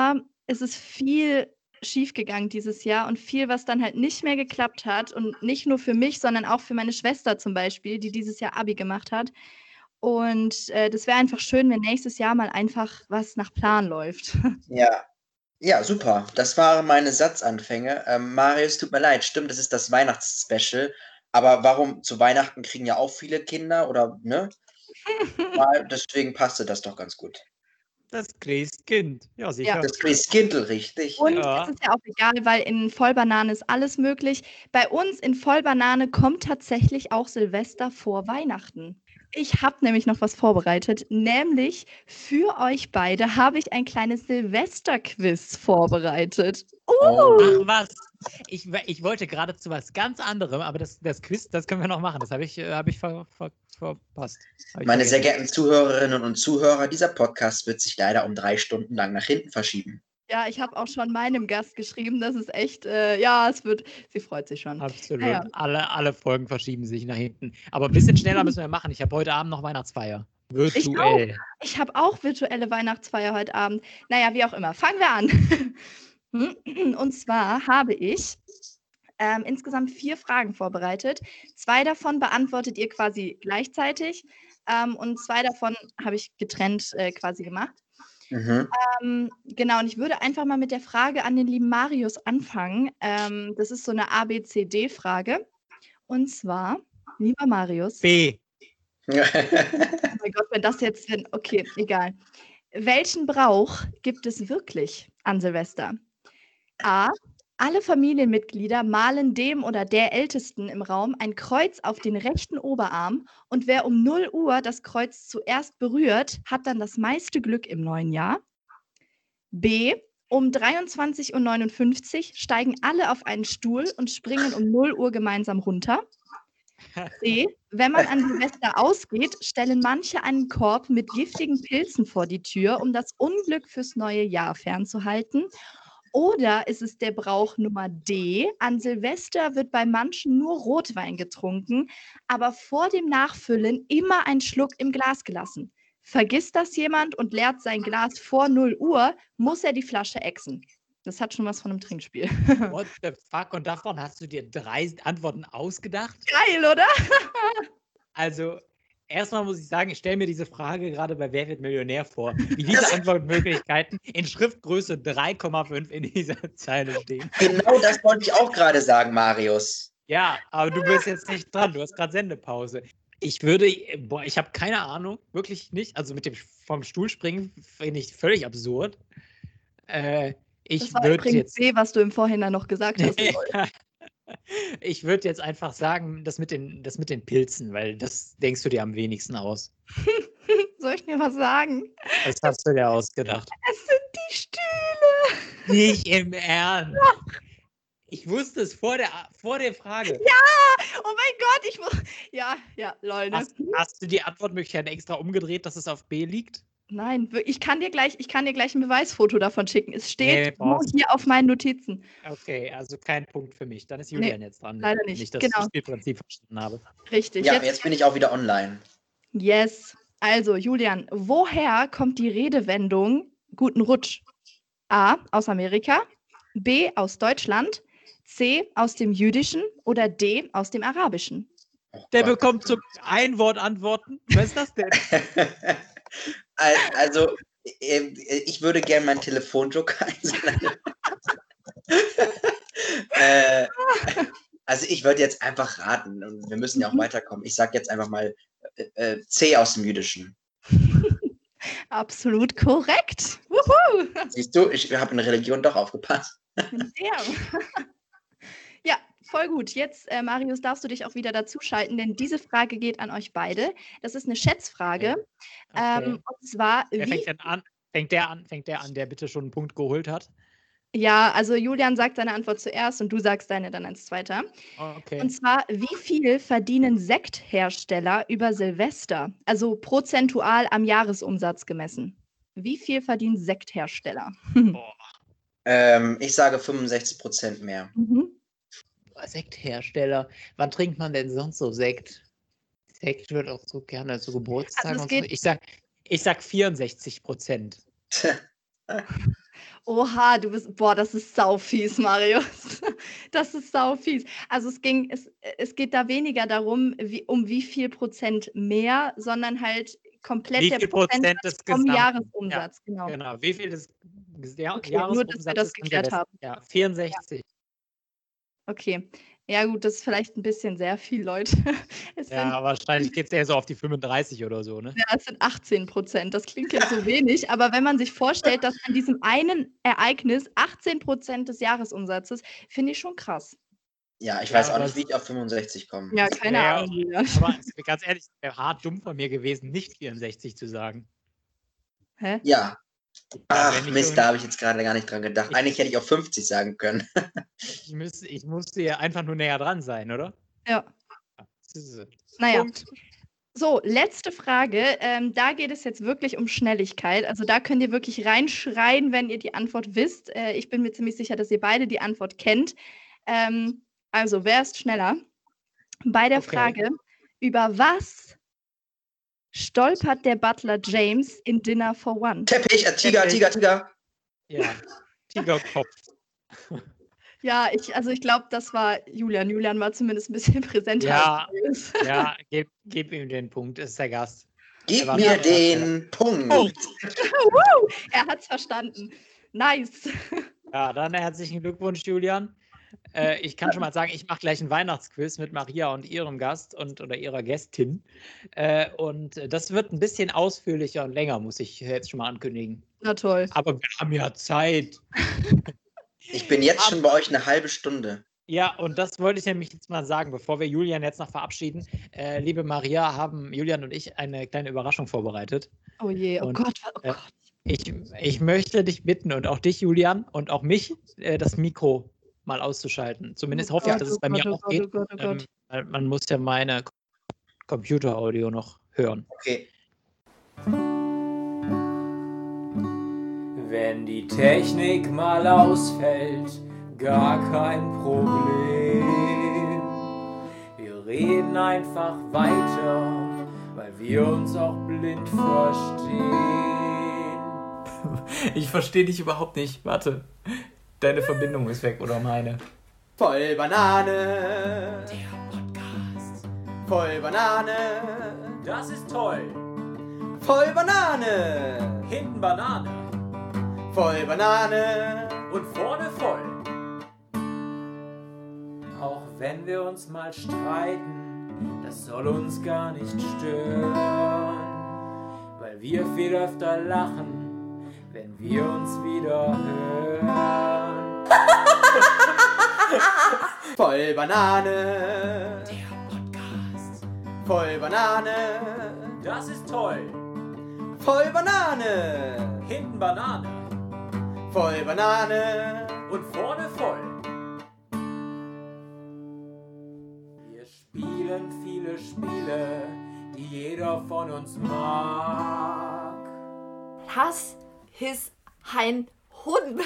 es ist viel schiefgegangen dieses Jahr und viel, was dann halt nicht mehr geklappt hat. Und nicht nur für mich, sondern auch für meine Schwester zum Beispiel, die dieses Jahr Abi gemacht hat. Und äh, das wäre einfach schön, wenn nächstes Jahr mal einfach was nach Plan läuft. Ja. Ja, super. Das waren meine Satzanfänge. Ähm, Marius, tut mir leid, stimmt, das ist das Weihnachtsspecial. Aber warum zu Weihnachten kriegen ja auch viele Kinder oder, ne? Weil deswegen passte das doch ganz gut. Das Christkind. Ja, sicher. Ja. Das Christkindl, richtig. Und Ja. es ist ja auch egal, weil in Vollbanane ist alles möglich. Bei uns in Vollbanane kommt tatsächlich auch Silvester vor Weihnachten. Ich habe nämlich noch was vorbereitet, nämlich für euch beide habe ich ein kleines Silvesterquiz vorbereitet. Uh, Ach was. Ich, ich wollte gerade zu was ganz anderem, aber das, das Quiz, das können wir noch machen. Das habe ich, äh, hab ich ver, ver, verpasst. Hab ich Meine sehr vergessen. geehrten Zuhörerinnen und Zuhörer, dieser Podcast wird sich leider um drei Stunden lang nach hinten verschieben. ja, ich habe auch schon meinem Gast geschrieben, das ist echt, äh, ja, es wird, sie freut sich schon. Absolut. Ja, ja. Alle, alle Folgen verschieben sich nach hinten. Aber ein bisschen schneller müssen wir machen. Ich habe heute Abend noch Weihnachtsfeier. Virtuell. Ich habe auch virtuelle Weihnachtsfeier heute Abend. Naja, wie auch immer. Fangen wir an. Und zwar habe ich ähm, insgesamt vier Fragen vorbereitet. Zwei davon beantwortet ihr quasi gleichzeitig ähm, und zwei davon habe ich getrennt äh, quasi gemacht. Mhm. Ähm, genau, und ich würde einfach mal mit der Frage an den lieben Marius anfangen. Ähm, das ist so eine A B C D-Frage. Und zwar, lieber Marius, B. oh mein Gott, wenn das jetzt, wenn, okay, egal. Welchen Brauch gibt es wirklich an Silvester? A. Alle Familienmitglieder malen dem oder der Ältesten im Raum ein Kreuz auf den rechten Oberarm und wer um null Uhr das Kreuz zuerst berührt, hat dann das meiste Glück im neuen Jahr. B. Um dreiundzwanzig Uhr neunundfünfzig steigen alle auf einen Stuhl und springen um null Uhr gemeinsam runter. C. Wenn man an Silvester ausgeht, stellen manche einen Korb mit giftigen Pilzen vor die Tür, um das Unglück fürs neue Jahr fernzuhalten. Oder ist es der Brauch Nummer D? An Silvester wird bei manchen nur Rotwein getrunken, aber vor dem Nachfüllen immer ein Schluck im Glas gelassen. Vergisst das jemand und leert sein Glas vor null Uhr, muss er die Flasche ächzen. Das hat schon was von einem Trinkspiel. What the fuck? Und davon hast du dir drei Antworten ausgedacht? Geil, oder? Also, erstmal muss ich sagen, ich stelle mir diese Frage gerade bei Wer wird Millionär vor, wie diese Antwortmöglichkeiten in Schriftgröße drei Komma fünf in dieser Zeile stehen. Genau das wollte ich auch gerade sagen, Marius. Ja, aber du bist jetzt nicht dran, du hast gerade Sendepause. Ich würde, boah, ich habe keine Ahnung, wirklich nicht. Also mit dem vom Stuhl springen finde ich völlig absurd. Äh, ich Das war würde übrigens jetzt. B, was du im Vorhinein noch gesagt hast. Ich würde jetzt einfach sagen, das mit, den, das mit den Pilzen, weil das denkst du dir am wenigsten aus. Soll ich dir was sagen? Das hast du dir ausgedacht. Es sind die Stühle. Nicht im Ernst. Ich wusste es vor der, vor der Frage. Ja, oh mein Gott, ich muss. Ja, ja, lol. Ne? Hast, hast du die Antwortmöglichkeit extra umgedreht, dass es auf B liegt? Nein, wir- ich kann dir gleich, ich kann dir gleich ein Beweisfoto davon schicken. Es Nee, steht nur brauchst du hier auf meinen Notizen. Okay, also kein Punkt für mich. Dann ist Julian jetzt dran. leider nicht. Nicht, dass Genau. ich das Spielprinzip verstanden habe. Richtig. Ja, jetzt, jetzt bin ich auch wieder online. yes. Also, Julian, woher kommt die Redewendung guten Rutsch? A, aus Amerika, B, aus Deutschland, C, aus dem Jüdischen oder D, aus dem Arabischen? Oh Der Gott. bekommt zum Ein-Wort-Antworten. Was ist das denn? Al- Also, äh, ich würde gerne meinen Telefonjoker einsetzen. äh, also, ich würde jetzt einfach raten. Und wir müssen ja auch Mhm. weiterkommen. Ich sage jetzt einfach mal äh, äh, C aus dem Jüdischen. Absolut korrekt. Wuhu! Siehst du, ich habe in Religion doch aufgepasst. Damn. Ja, voll gut. Jetzt, äh, Marius, darfst du dich auch wieder dazuschalten, denn diese Frage geht an euch beide. Das ist eine Schätzfrage. Okay. Ähm, und zwar, Wer wie fängt denn an? Fängt der an, fängt der an, der bitte schon einen Punkt geholt hat? Ja, also Julian sagt seine Antwort zuerst und du sagst deine dann als Zweiter. Okay. Und zwar, wie viel verdienen Sekthersteller über Silvester? Also prozentual am Jahresumsatz gemessen. Wie viel verdienen Sekthersteller? Boah, Ähm, ich sage fünfundsechzig Prozent mehr. Mhm. Sekthersteller. Wann trinkt man denn sonst so Sekt? Sekt wird auch so gerne zu Geburtstagen Also es und so. geht- Ich sag, ich sag vierundsechzig Prozent. Oha, du bist, boah, das ist saufies, Marius. Das ist saufies. Also es ging, es, es geht da weniger darum, wie, um wie viel Prozent mehr, sondern halt komplett Wie der viel Prozent Prozentsatz des vom Gesamten? Ja, Jahresumsatz, genau. genau. Wie viel des des Ja- Okay, nur, dass wir das Jahresumsatzes geklärt angemessen? haben. Ja, vierundsechzig. Okay. Ja gut, das ist vielleicht ein bisschen sehr viel, Leute. Es sind, Ja, wahrscheinlich geht es eher so auf die fünfunddreißig oder so, ne? ja, es sind achtzehn Prozent. Das klingt jetzt so wenig, aber wenn man sich vorstellt, dass an diesem einen Ereignis achtzehn Prozent des Jahresumsatzes, finde ich schon krass. Ja, ich Ja, weiß auch aber nicht, wie ich auf fünfundsechzig komme. Ja, keine Ja, Ahnung. Julian. aber es wäre ganz ehrlich, es wäre hart dumm von mir gewesen, nicht vierundsechzig zu sagen. Hä? Ja. Ach, wenn ich Mist, irgend- da habe ich jetzt gerade gar nicht dran gedacht. Ich- Eigentlich hätte ich auch fünfzig sagen können. Ich, müsste, ich musste ja einfach nur näher dran sein, oder? Ja. Das ist es. Naja. Punkt. So, letzte Frage. Ähm, da geht es jetzt wirklich um Schnelligkeit. Also da könnt ihr wirklich reinschreien, wenn ihr die Antwort wisst. Äh, ich bin mir ziemlich sicher, dass ihr beide die Antwort kennt. Ähm, also, wer ist schneller? Bei der Okay. Frage, über was stolpert der Butler James in Dinner for One? Teppich, äh, Tiger, Teppich. Tiger, Tiger. Ja, Tigerkopf. Ja, ich, also ich glaube, das war Julian. Julian war zumindest ein bisschen präsenter. Ja. als Marius. Ja, gib, gib ihm den Punkt, ist der Gast. Gib Er war mir schneller. den Punkt. Punkt. Woo, er hat es verstanden. Nice. Ja, dann herzlichen Glückwunsch, Julian. Äh, ich kann schon mal sagen, ich mache gleich einen Weihnachtsquiz mit Maria und ihrem Gast und oder ihrer Gästin. Äh, und äh, das wird ein bisschen ausführlicher und länger, muss ich jetzt schon mal ankündigen. Na toll. Aber wir haben ja Zeit. Ich bin jetzt schon bei euch eine halbe Stunde. Ja, und das wollte ich nämlich jetzt mal sagen, bevor wir Julian jetzt noch verabschieden. Äh, liebe Maria, haben Julian und ich eine kleine Überraschung vorbereitet. Oh je, oh Und, Gott, oh äh, Gott. Ich, ich möchte dich bitten und auch dich, Julian, und auch mich, äh, das Mikro mal auszuschalten. Zumindest Oh hoffe ich, Gott, dass oh es bei Gott, mir oh auch Gott, geht. oh Gott, oh Ähm, Gott. weil man muss ja meine Computeraudio noch hören. Okay. Wenn die Technik mal ausfällt, gar kein Problem. Wir reden einfach weiter, weil wir uns auch blind verstehen. Ich verstehe dich überhaupt nicht. Warte, deine Verbindung ist weg oder meine? Voll Banane. Der Podcast. Voll Banane. Das ist toll. Voll Banane. Hinten Banane. Voll Banane. Und vorne voll. Auch wenn wir uns mal streiten, das soll uns gar nicht stören. Weil wir viel öfter lachen, wenn wir uns wieder hören. Voll Banane. Der Podcast. Voll Banane. Das ist toll. Voll Banane. Hinten Banane. Voll Banane. Und vorne voll. Wir spielen viele Spiele, die jeder von uns mag. Hass ist ein Hund.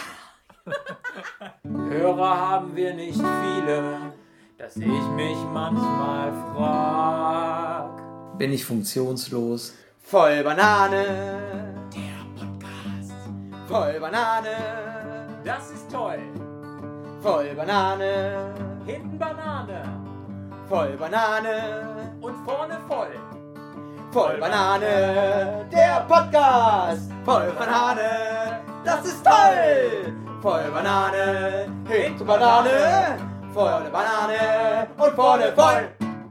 Hörer haben wir nicht viele, dass ich mich manchmal frag. Bin ich funktionslos? Voll Banane. Der Podcast. Voll Banane. Das ist toll. Voll Banane. Hinten Banane. Voll Banane. Und vorne voll. Voll Banane. Der Podcast. Voll Banane. Das ist toll. Voll Banane. Hinten Banane. Voll Banane. Und vorne voll.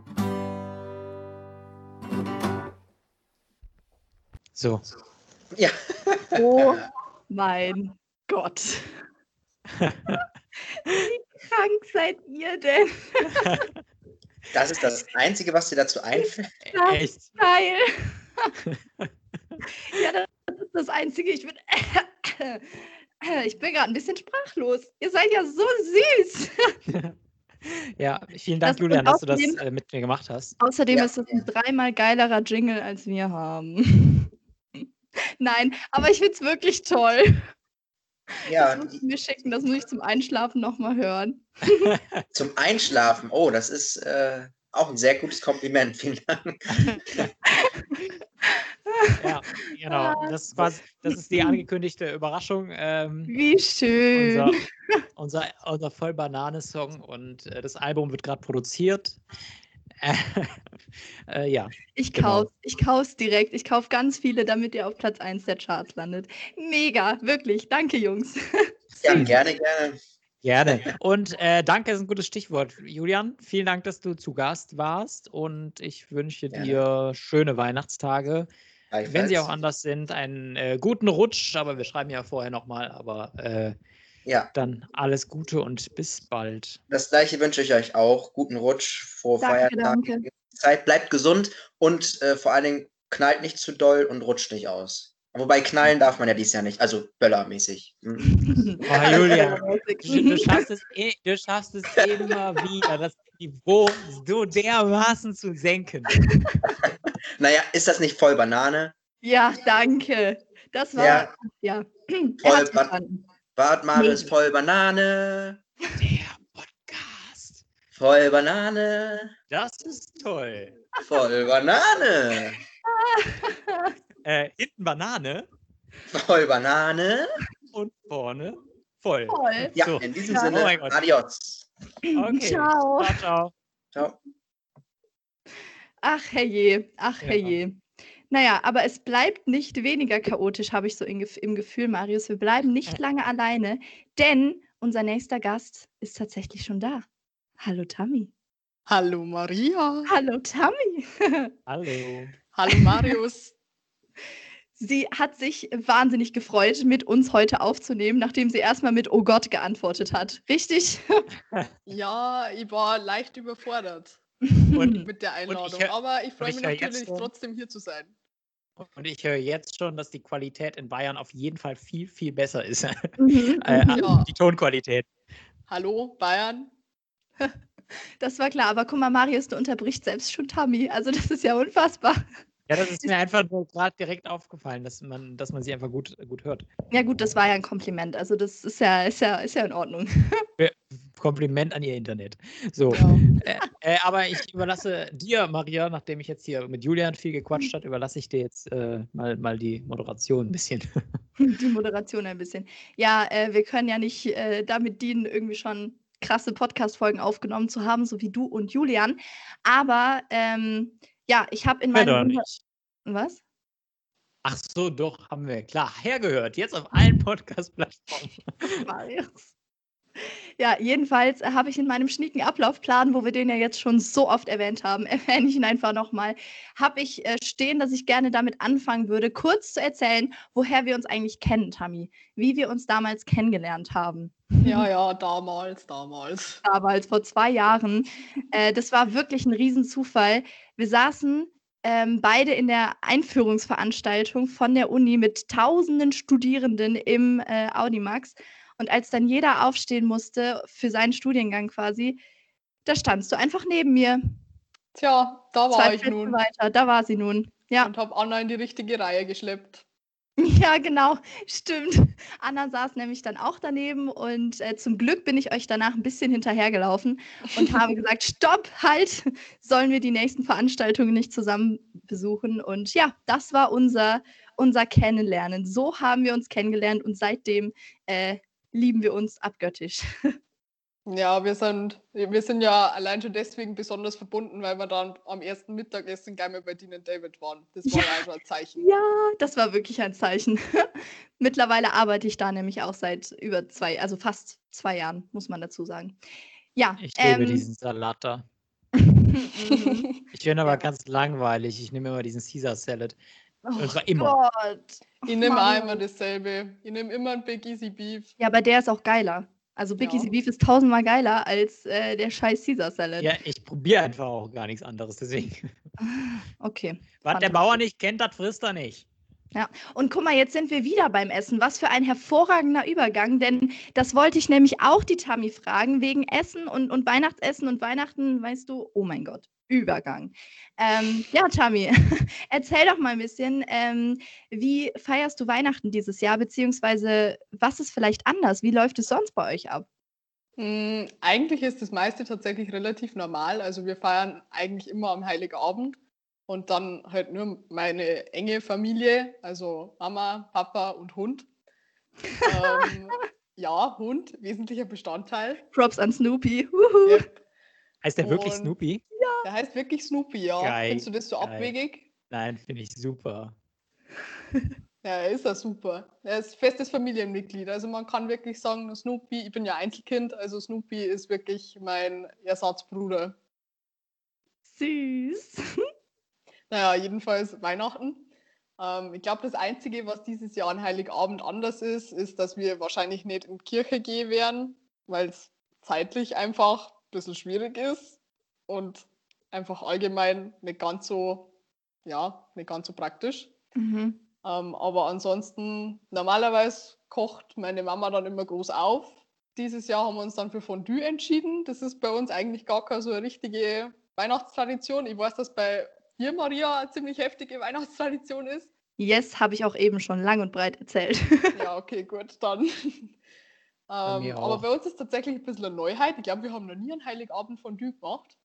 So. Ja. Oh mein Gott. Wie krank seid ihr denn? Das ist das Einzige, was dir dazu einfällt? Das Echt? ist geil. Ja, das ist das Einzige. Ich bin, ich bin gerade ein bisschen sprachlos. Ihr seid ja so süß. Ja, vielen Dank, Das- Julian, und dass du das außerdem- äh, mit mir gemacht hast. Außerdem Ja. ist es ein dreimal geilerer Jingle, als wir haben. Nein, aber ich finde es wirklich toll. Ja, Das muss ich mir schicken, das muss ich zum Einschlafen nochmal hören. zum Einschlafen. Oh, das ist äh, auch ein sehr gutes Kompliment. Vielen Dank. Ja, genau. Das ist, quasi, das ist die angekündigte Überraschung. Ähm, Wie schön. Unser, unser, unser Voll-Banane-Song und äh, das Album wird gerade produziert. Äh, äh, ja. Ich genau. kauf's, ich kauf's direkt. Ich kauf ganz viele, damit ihr auf Platz eins der Charts landet. Mega, wirklich. Danke, Jungs. Ja, gerne, gerne. Gerne. Und äh, danke ist ein gutes Stichwort. Julian, vielen Dank, dass du zu Gast warst und ich wünsche Gerne. dir schöne Weihnachtstage. Wenn sie Gleichfalls. auch anders sind, einen äh, guten Rutsch, aber wir schreiben ja vorher nochmal, aber äh, Ja, dann alles Gute und bis bald. das gleiche wünsche ich euch auch. Guten Rutsch, frohe Danke, Feiertage. danke. Zeit, bleibt gesund und äh, vor allen Dingen knallt nicht zu doll und rutscht nicht aus. Wobei knallen darf man ja dieses Jahr nicht, also böllermäßig. Hm. Oh, Julia, du, du, schaffst es, eh- du schaffst es immer wieder, das Niveau so dermaßen zu senken. Naja, ist das nicht voll Banane? Ja, danke. Das war, Ja. ja. Er Voll hat's Ban- verstanden. Wart mal, ist voll Banane. Der Podcast. Voll Banane. Das ist toll. Voll Banane. Äh, hinten Banane Voll Banane. und vorne voll. Toll. Ja, So. in diesem Ja. Sinne, Oh mein Gott. adios. Okay. Ciao. Ciao, ciao. Ciao. Ach herrje, ach Ja. herje. Naja, aber es bleibt nicht weniger chaotisch, habe ich so in, Gef- im Gefühl, Marius. Wir bleiben nicht lange alleine, denn unser nächster Gast ist tatsächlich schon da. Hallo Tammy. Hallo Maria. Hallo Tammy. Hallo. Hallo Marius. Sie hat sich wahnsinnig gefreut, mit uns heute aufzunehmen, nachdem sie erstmal mit Oh Gott geantwortet hat. Richtig? Ja, ich war leicht überfordert Und, mit der Einladung, hör- aber ich freue ich mich hör jetzt natürlich schon- trotzdem hier zu sein. und ich höre jetzt schon, dass die Qualität in Bayern auf jeden Fall viel, viel besser ist. Mhm. äh, Ja. Die Tonqualität. Hallo Bayern. Das war klar, aber guck mal, Marius, du unterbrichst selbst schon Tammy. Also das ist ja unfassbar. Ja, das ist mir einfach nur gerade direkt aufgefallen, dass man, dass man sie einfach gut, gut hört. Ja gut, das war ja ein Kompliment. Also das ist ja, ist ja, ist ja in Ordnung. Kompliment an ihr Internet. So. Ja. Äh, äh, aber ich überlasse dir, Maria, nachdem ich jetzt hier mit Julian viel gequatscht habe, überlasse ich dir jetzt äh, mal, mal die Moderation ein bisschen. Die Moderation ein bisschen. Ja, äh, wir können ja nicht äh, damit dienen, irgendwie schon krasse Podcast-Folgen aufgenommen zu haben, so wie du und Julian. Aber ähm, ja, ich habe in Ja, doch meinem... nicht. Was? Ach so, doch, haben wir. Klar, hergehört. Jetzt auf allen Podcast-Plattformen. Marius. Ja, jedenfalls äh, habe ich in meinem schnieken Ablaufplan, wo wir den ja jetzt schon so oft erwähnt haben, erwähne ich ihn einfach nochmal, habe ich äh, stehen, dass ich gerne damit anfangen würde, kurz zu erzählen, woher wir uns eigentlich kennen, Tammy. Wie wir uns damals kennengelernt haben. Ja, ja, damals, damals. Damals, vor zwei Jahren. Äh, das war wirklich ein Riesenzufall. Wir saßen ähm, beide in der Einführungsveranstaltung von der Uni mit tausenden Studierenden im äh, Audimax. Und als dann jeder aufstehen musste für seinen Studiengang quasi, da standst du einfach neben mir. Tja, da war Zwei ich Plätze nun weiter, da war sie nun. Ja, und habe Anna in die richtige Reihe geschleppt. ja, genau, stimmt. Anna saß nämlich dann auch daneben und äh, zum Glück bin ich euch danach ein bisschen hinterhergelaufen und habe gesagt, stopp, halt, sollen wir die nächsten Veranstaltungen nicht zusammen besuchen? Und ja, das war unser, unser Kennenlernen. So haben wir uns kennengelernt und seitdem äh, lieben wir uns abgöttisch. Ja, wir sind, wir sind ja allein schon deswegen besonders verbunden, weil wir dann am ersten Mittagessen gleich mal bei Dean und David waren. Das war Ja. ja einfach ein Zeichen. Ja, das war wirklich ein Zeichen. Mittlerweile arbeite ich da nämlich auch seit über zwei, also fast zwei Jahren, muss man dazu sagen. Ja, Ich liebe ähm, diesen Salat da. mhm. Ich bin aber ganz langweilig. Ich nehme immer diesen Caesar Salad. Und zwar Oh immer. Gott. Ich nehme Mann. immer dasselbe. Ich nehme immer ein Big Easy Beef. Ja, aber der ist auch geiler. Also Big Ja. Easy Beef ist tausendmal geiler als äh, der scheiß Caesar Salad. Ja, ich probiere einfach auch gar nichts anderes. Deswegen. Okay. Was der fantastisch. Bauer nicht kennt, das frisst er nicht. Ja, und guck mal, jetzt sind wir wieder beim Essen. Was für ein hervorragender Übergang, denn das wollte ich nämlich auch die Tammy fragen, wegen Essen und, und Weihnachtsessen und Weihnachten, weißt du, oh mein Gott, Übergang. Ähm, ja, Tammy, erzähl doch mal ein bisschen, ähm, wie feierst du Weihnachten dieses Jahr, beziehungsweise was ist vielleicht anders? Wie läuft es sonst bei euch ab? Mm, eigentlich ist das meiste tatsächlich relativ normal. Also wir feiern eigentlich immer am Heiligabend. Und dann halt nur meine enge Familie, also Mama, Papa und Hund. ähm, ja, Hund, wesentlicher Bestandteil. Props an Snoopy. Wuhu. Yep. Heißt der wirklich Und Snoopy? Der heißt wirklich Snoopy, ja. Geil, Findest du das so geil. abwegig? Nein, finde ich super. Ja, er ist ja super. Er ist festes Familienmitglied. Also man kann wirklich sagen, Snoopy, ich bin ja Einzelkind, also Snoopy ist wirklich mein Ersatzbruder. Süß. Naja, jedenfalls Weihnachten. Ähm, ich glaube, das Einzige, was dieses Jahr an Heiligabend anders ist, ist, dass wir wahrscheinlich nicht in die Kirche gehen werden, weil es zeitlich einfach ein bisschen schwierig ist und einfach allgemein nicht ganz so, ja, nicht ganz so praktisch. Mhm. Ähm, aber ansonsten, normalerweise kocht meine Mama dann immer groß auf. Dieses Jahr haben wir uns dann für Fondue entschieden. Das ist bei uns eigentlich gar keine so eine richtige Weihnachtstradition. Ich weiß, dass bei dir, Maria, eine ziemlich heftige Weihnachtstradition ist. Yes, habe ich auch eben schon lang und breit erzählt. Ja, okay, gut, dann. ähm, mir aber auch. bei uns ist tatsächlich ein bisschen eine Neuheit. Ich glaube, wir haben noch nie einen Heiligabend Fondue gemacht.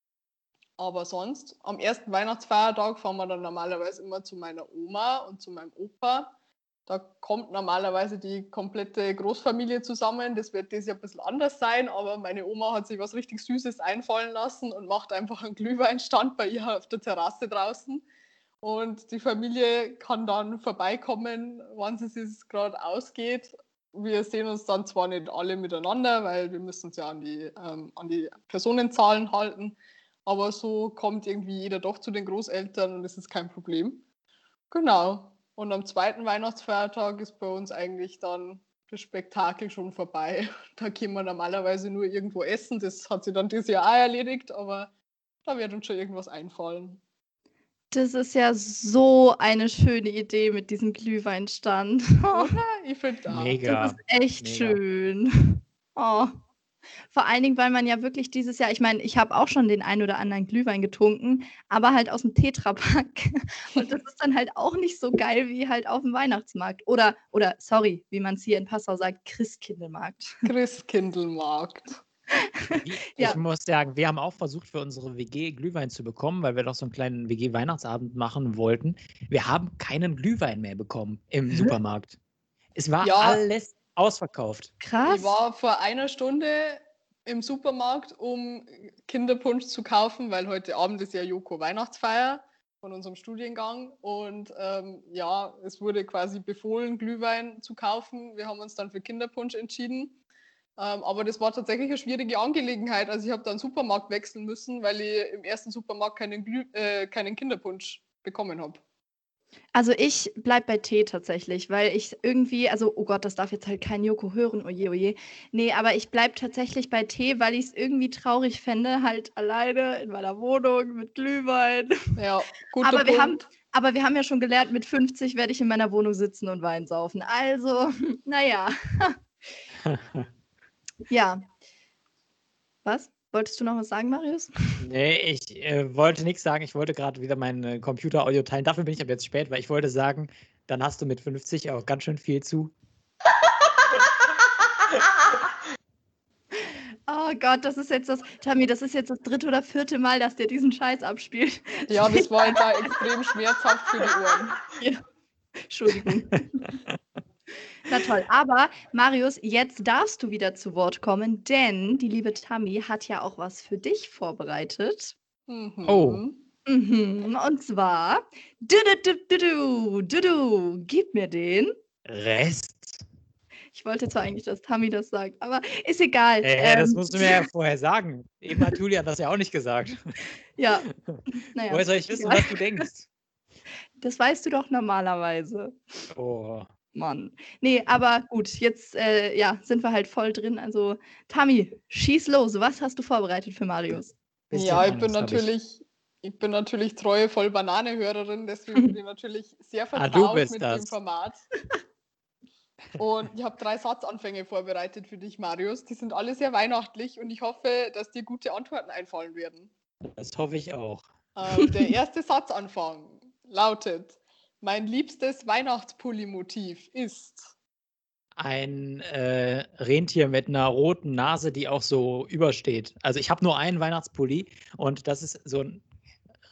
Aber sonst, am ersten Weihnachtsfeiertag fahren wir dann normalerweise immer zu meiner Oma und zu meinem Opa. Da kommt normalerweise die komplette Großfamilie zusammen. Das wird dieses Jahr ein bisschen anders sein, aber meine Oma hat sich was richtig Süßes einfallen lassen und macht einfach einen Glühweinstand bei ihr auf der Terrasse draußen. Und die Familie kann dann vorbeikommen, wann es sich gerade ausgeht. Wir sehen uns dann zwar nicht alle miteinander, weil wir müssen uns ja an die, ähm, an die Personenzahlen halten, aber so kommt irgendwie jeder doch zu den Großeltern und das ist kein Problem. Genau. Und am zweiten Weihnachtsfeiertag ist bei uns eigentlich dann das Spektakel schon vorbei. Da gehen wir normalerweise nur irgendwo essen. Das hat sich dann dieses Jahr auch erledigt, aber da wird uns schon irgendwas einfallen. Das ist ja so eine schöne Idee mit diesem Glühweinstand. Oh, Oder? Ich finde auch. Mega. das ist echt Mega. schön. Oh. Vor allen Dingen, weil man ja wirklich dieses Jahr, ich meine, ich habe auch schon den ein oder anderen Glühwein getrunken, aber halt aus dem Tetrapack. Und das ist dann halt auch nicht so geil wie halt auf dem Weihnachtsmarkt. Oder, oder sorry, wie man es hier in Passau sagt, Christkindlmarkt. Christkindlmarkt. Ich Ja. muss sagen, wir haben auch versucht, für unsere W G Glühwein zu bekommen, weil wir doch so einen kleinen W G-Weihnachtsabend machen wollten. Wir haben keinen Glühwein mehr bekommen im Supermarkt. Es war Ja. alles ausverkauft. Krass. Ich war vor einer Stunde im Supermarkt, um Kinderpunsch zu kaufen, weil heute Abend ist ja Joko Weihnachtsfeier von unserem Studiengang. Und ähm, ja, es wurde quasi befohlen, Glühwein zu kaufen. Wir haben uns dann für Kinderpunsch entschieden. Ähm, aber das war tatsächlich eine schwierige Angelegenheit. Also ich habe dann Supermarkt wechseln müssen, weil ich im ersten Supermarkt keinen, Glüh äh, keinen Kinderpunsch bekommen habe. Also ich bleib bei Tee tatsächlich, weil ich irgendwie, also oh Gott, das darf jetzt halt kein Joko hören, oje, oje. Nee, aber ich bleib tatsächlich bei Tee, weil ich es irgendwie traurig fände, halt alleine in meiner Wohnung mit Glühwein. Ja, guter Aber wir Punkt. haben, aber wir haben ja schon gelernt, mit fünfzig werde ich in meiner Wohnung sitzen und Wein saufen. Also, naja. Ja. Was? Wolltest du noch was sagen, Marius? Nee, ich äh, wollte nichts sagen. Ich wollte gerade wieder meinen äh, Computer-Audio teilen. Dafür bin ich aber jetzt spät, weil ich wollte sagen, dann hast du mit fünfzig auch ganz schön viel zu. Oh Gott, das ist jetzt das, Tammy, das ist jetzt das dritte oder vierte Mal, dass der diesen Scheiß abspielt. Ja, das war jetzt auch extrem schmerzhaft für die Ohren. Ja. Entschuldigung. Na toll, aber Marius, jetzt darfst du wieder zu Wort kommen, denn die liebe Tammy hat ja auch was für dich vorbereitet. Mhm. Oh. Mhm, und zwar, du, du, du, du, du, du, gib mir den. Rest. Ich wollte zwar eigentlich, dass Tammy das sagt, aber ist egal. Äh, das Ähm, musst du mir ja vorher sagen. Eben hat Julia das ja auch nicht gesagt. Ja, naja. Woher soll ich wissen, egal. was du denkst? Das weißt du doch normalerweise. Oh. Mann. Nee, aber gut, jetzt äh, ja, sind wir halt voll drin. Also, Tammy, schieß los. Was hast du vorbereitet für Marius? Bisschen Ja, ich bin Angst hab ich. natürlich, ich bin natürlich treue Voll-Banane-Hörerin, deswegen bin ich natürlich sehr Ah, du vertraut bist mit das. dem Format. Und ich habe drei Satzanfänge vorbereitet für dich, Marius. Die sind alle sehr weihnachtlich und ich hoffe, dass dir gute Antworten einfallen werden. Das hoffe ich auch. Ähm, der erste Satzanfang lautet: Mein liebstes Weihnachtspulli-Motiv ist. Ein äh, Rentier mit einer roten Nase, die auch so übersteht. Also ich habe nur einen Weihnachtspulli und das ist so ein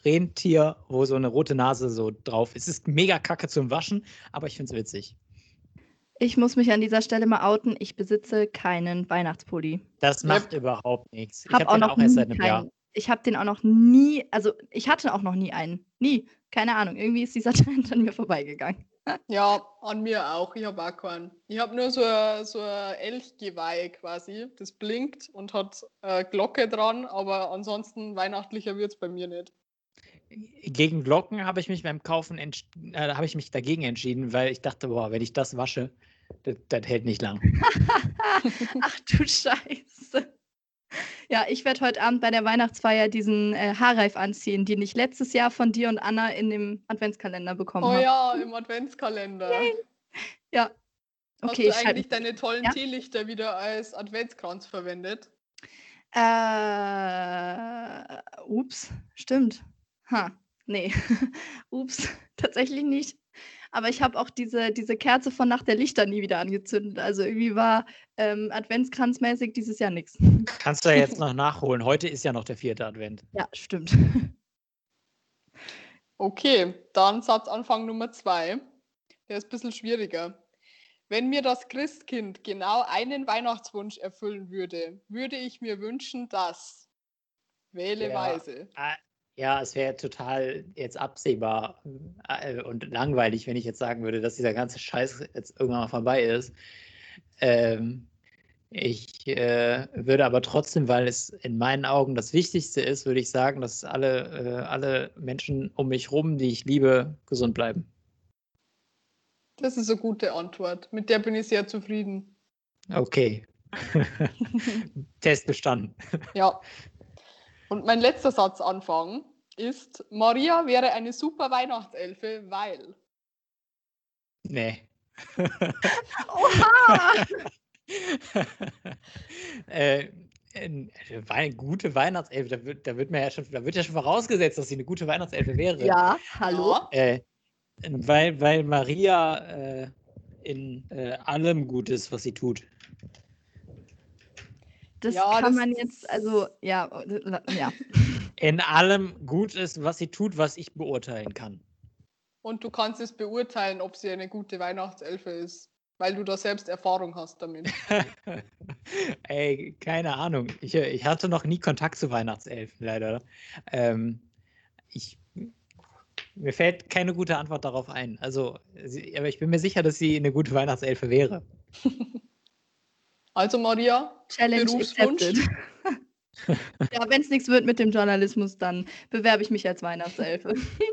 Rentier, wo so eine rote Nase so drauf ist. Es ist mega kacke zum Waschen, aber ich finde es witzig. Ich muss mich an dieser Stelle mal outen. Ich besitze keinen Weihnachtspulli. Das macht Yep. überhaupt nichts. Ich Hab habe auch den noch auch erst nie seit einem Jahr. keinen. Ich habe den auch noch nie, also ich hatte auch noch nie einen. Nie. Keine Ahnung. Irgendwie ist dieser Trend an mir vorbeigegangen. Ja, an mir auch. Ich habe auch keinen. Ich habe nur so ein so ein Elchgeweih quasi. Das blinkt und hat äh, Glocke dran, aber ansonsten weihnachtlicher wird es bei mir nicht. Gegen Glocken habe ich mich beim Kaufen entsch- äh, habe ich mich dagegen entschieden, weil ich dachte, boah, wenn ich das wasche, das, das hält nicht lang. Ach du Scheiße. Ja, ich werde heute Abend bei der Weihnachtsfeier diesen äh, Haarreif anziehen, den ich letztes Jahr von dir und Anna in dem Adventskalender bekommen Oh habe. ja, im Adventskalender. Ja. Hast Okay, du ich schalte eigentlich mich. deine tollen Ja? Teelichter wieder als Adventskranz verwendet? Äh, ups, stimmt. Ha, nee. Ups, tatsächlich nicht. Aber ich habe auch diese, diese Kerze von Nacht der Lichter nie wieder angezündet. Also irgendwie war ähm, Adventskranzmäßig dieses Jahr nichts. Kannst du ja jetzt noch nachholen. Heute ist ja noch der vierte Advent. Ja, stimmt. Okay, dann Satzanfang Nummer zwei. Der ist ein bisschen schwieriger. Wenn mir das Christkind genau einen Weihnachtswunsch erfüllen würde, würde ich mir wünschen, dass. Wähle Ja. weise. Ah, Ja, es wäre total jetzt absehbar äh, und langweilig, wenn ich jetzt sagen würde, dass dieser ganze Scheiß jetzt irgendwann mal vorbei ist. Ähm, ich äh, würde aber trotzdem, weil es in meinen Augen das Wichtigste ist, würde ich sagen, dass alle, äh, alle Menschen um mich rum, die ich liebe, gesund bleiben. Das ist eine gute Antwort. Mit der bin ich sehr zufrieden. Okay. Test bestanden. Ja. Und mein letzter Satzanfang ist, Maria wäre eine super Weihnachtselfe, weil. Nee. Oha! äh, eine Wei- gute Weihnachtselfe, da wird, da wird mir ja schon, da wird ja schon vorausgesetzt, dass sie eine gute Weihnachtselfe wäre. Ja, hallo? Ja. Äh, weil, weil Maria äh, in äh, allem gut ist, was sie tut. Das Ja, kann das- man jetzt, also, ja, äh, ja. In allem gut ist, was sie tut, was ich beurteilen kann. Und du kannst es beurteilen, ob sie eine gute Weihnachtselfe ist, weil du da selbst Erfahrung hast damit. Ey, keine Ahnung. Ich, äh, ich hatte noch nie Kontakt zu Weihnachtselfen, leider. Ähm, ich, mir fällt keine gute Antwort darauf ein. Also, sie, aber ich bin mir sicher, dass sie eine gute Weihnachtselfe wäre. Also Maria, Challenge Berufswunsch? accepted. Ja, wenn es nichts wird mit dem Journalismus, dann bewerbe ich mich als Weihnachtselfe.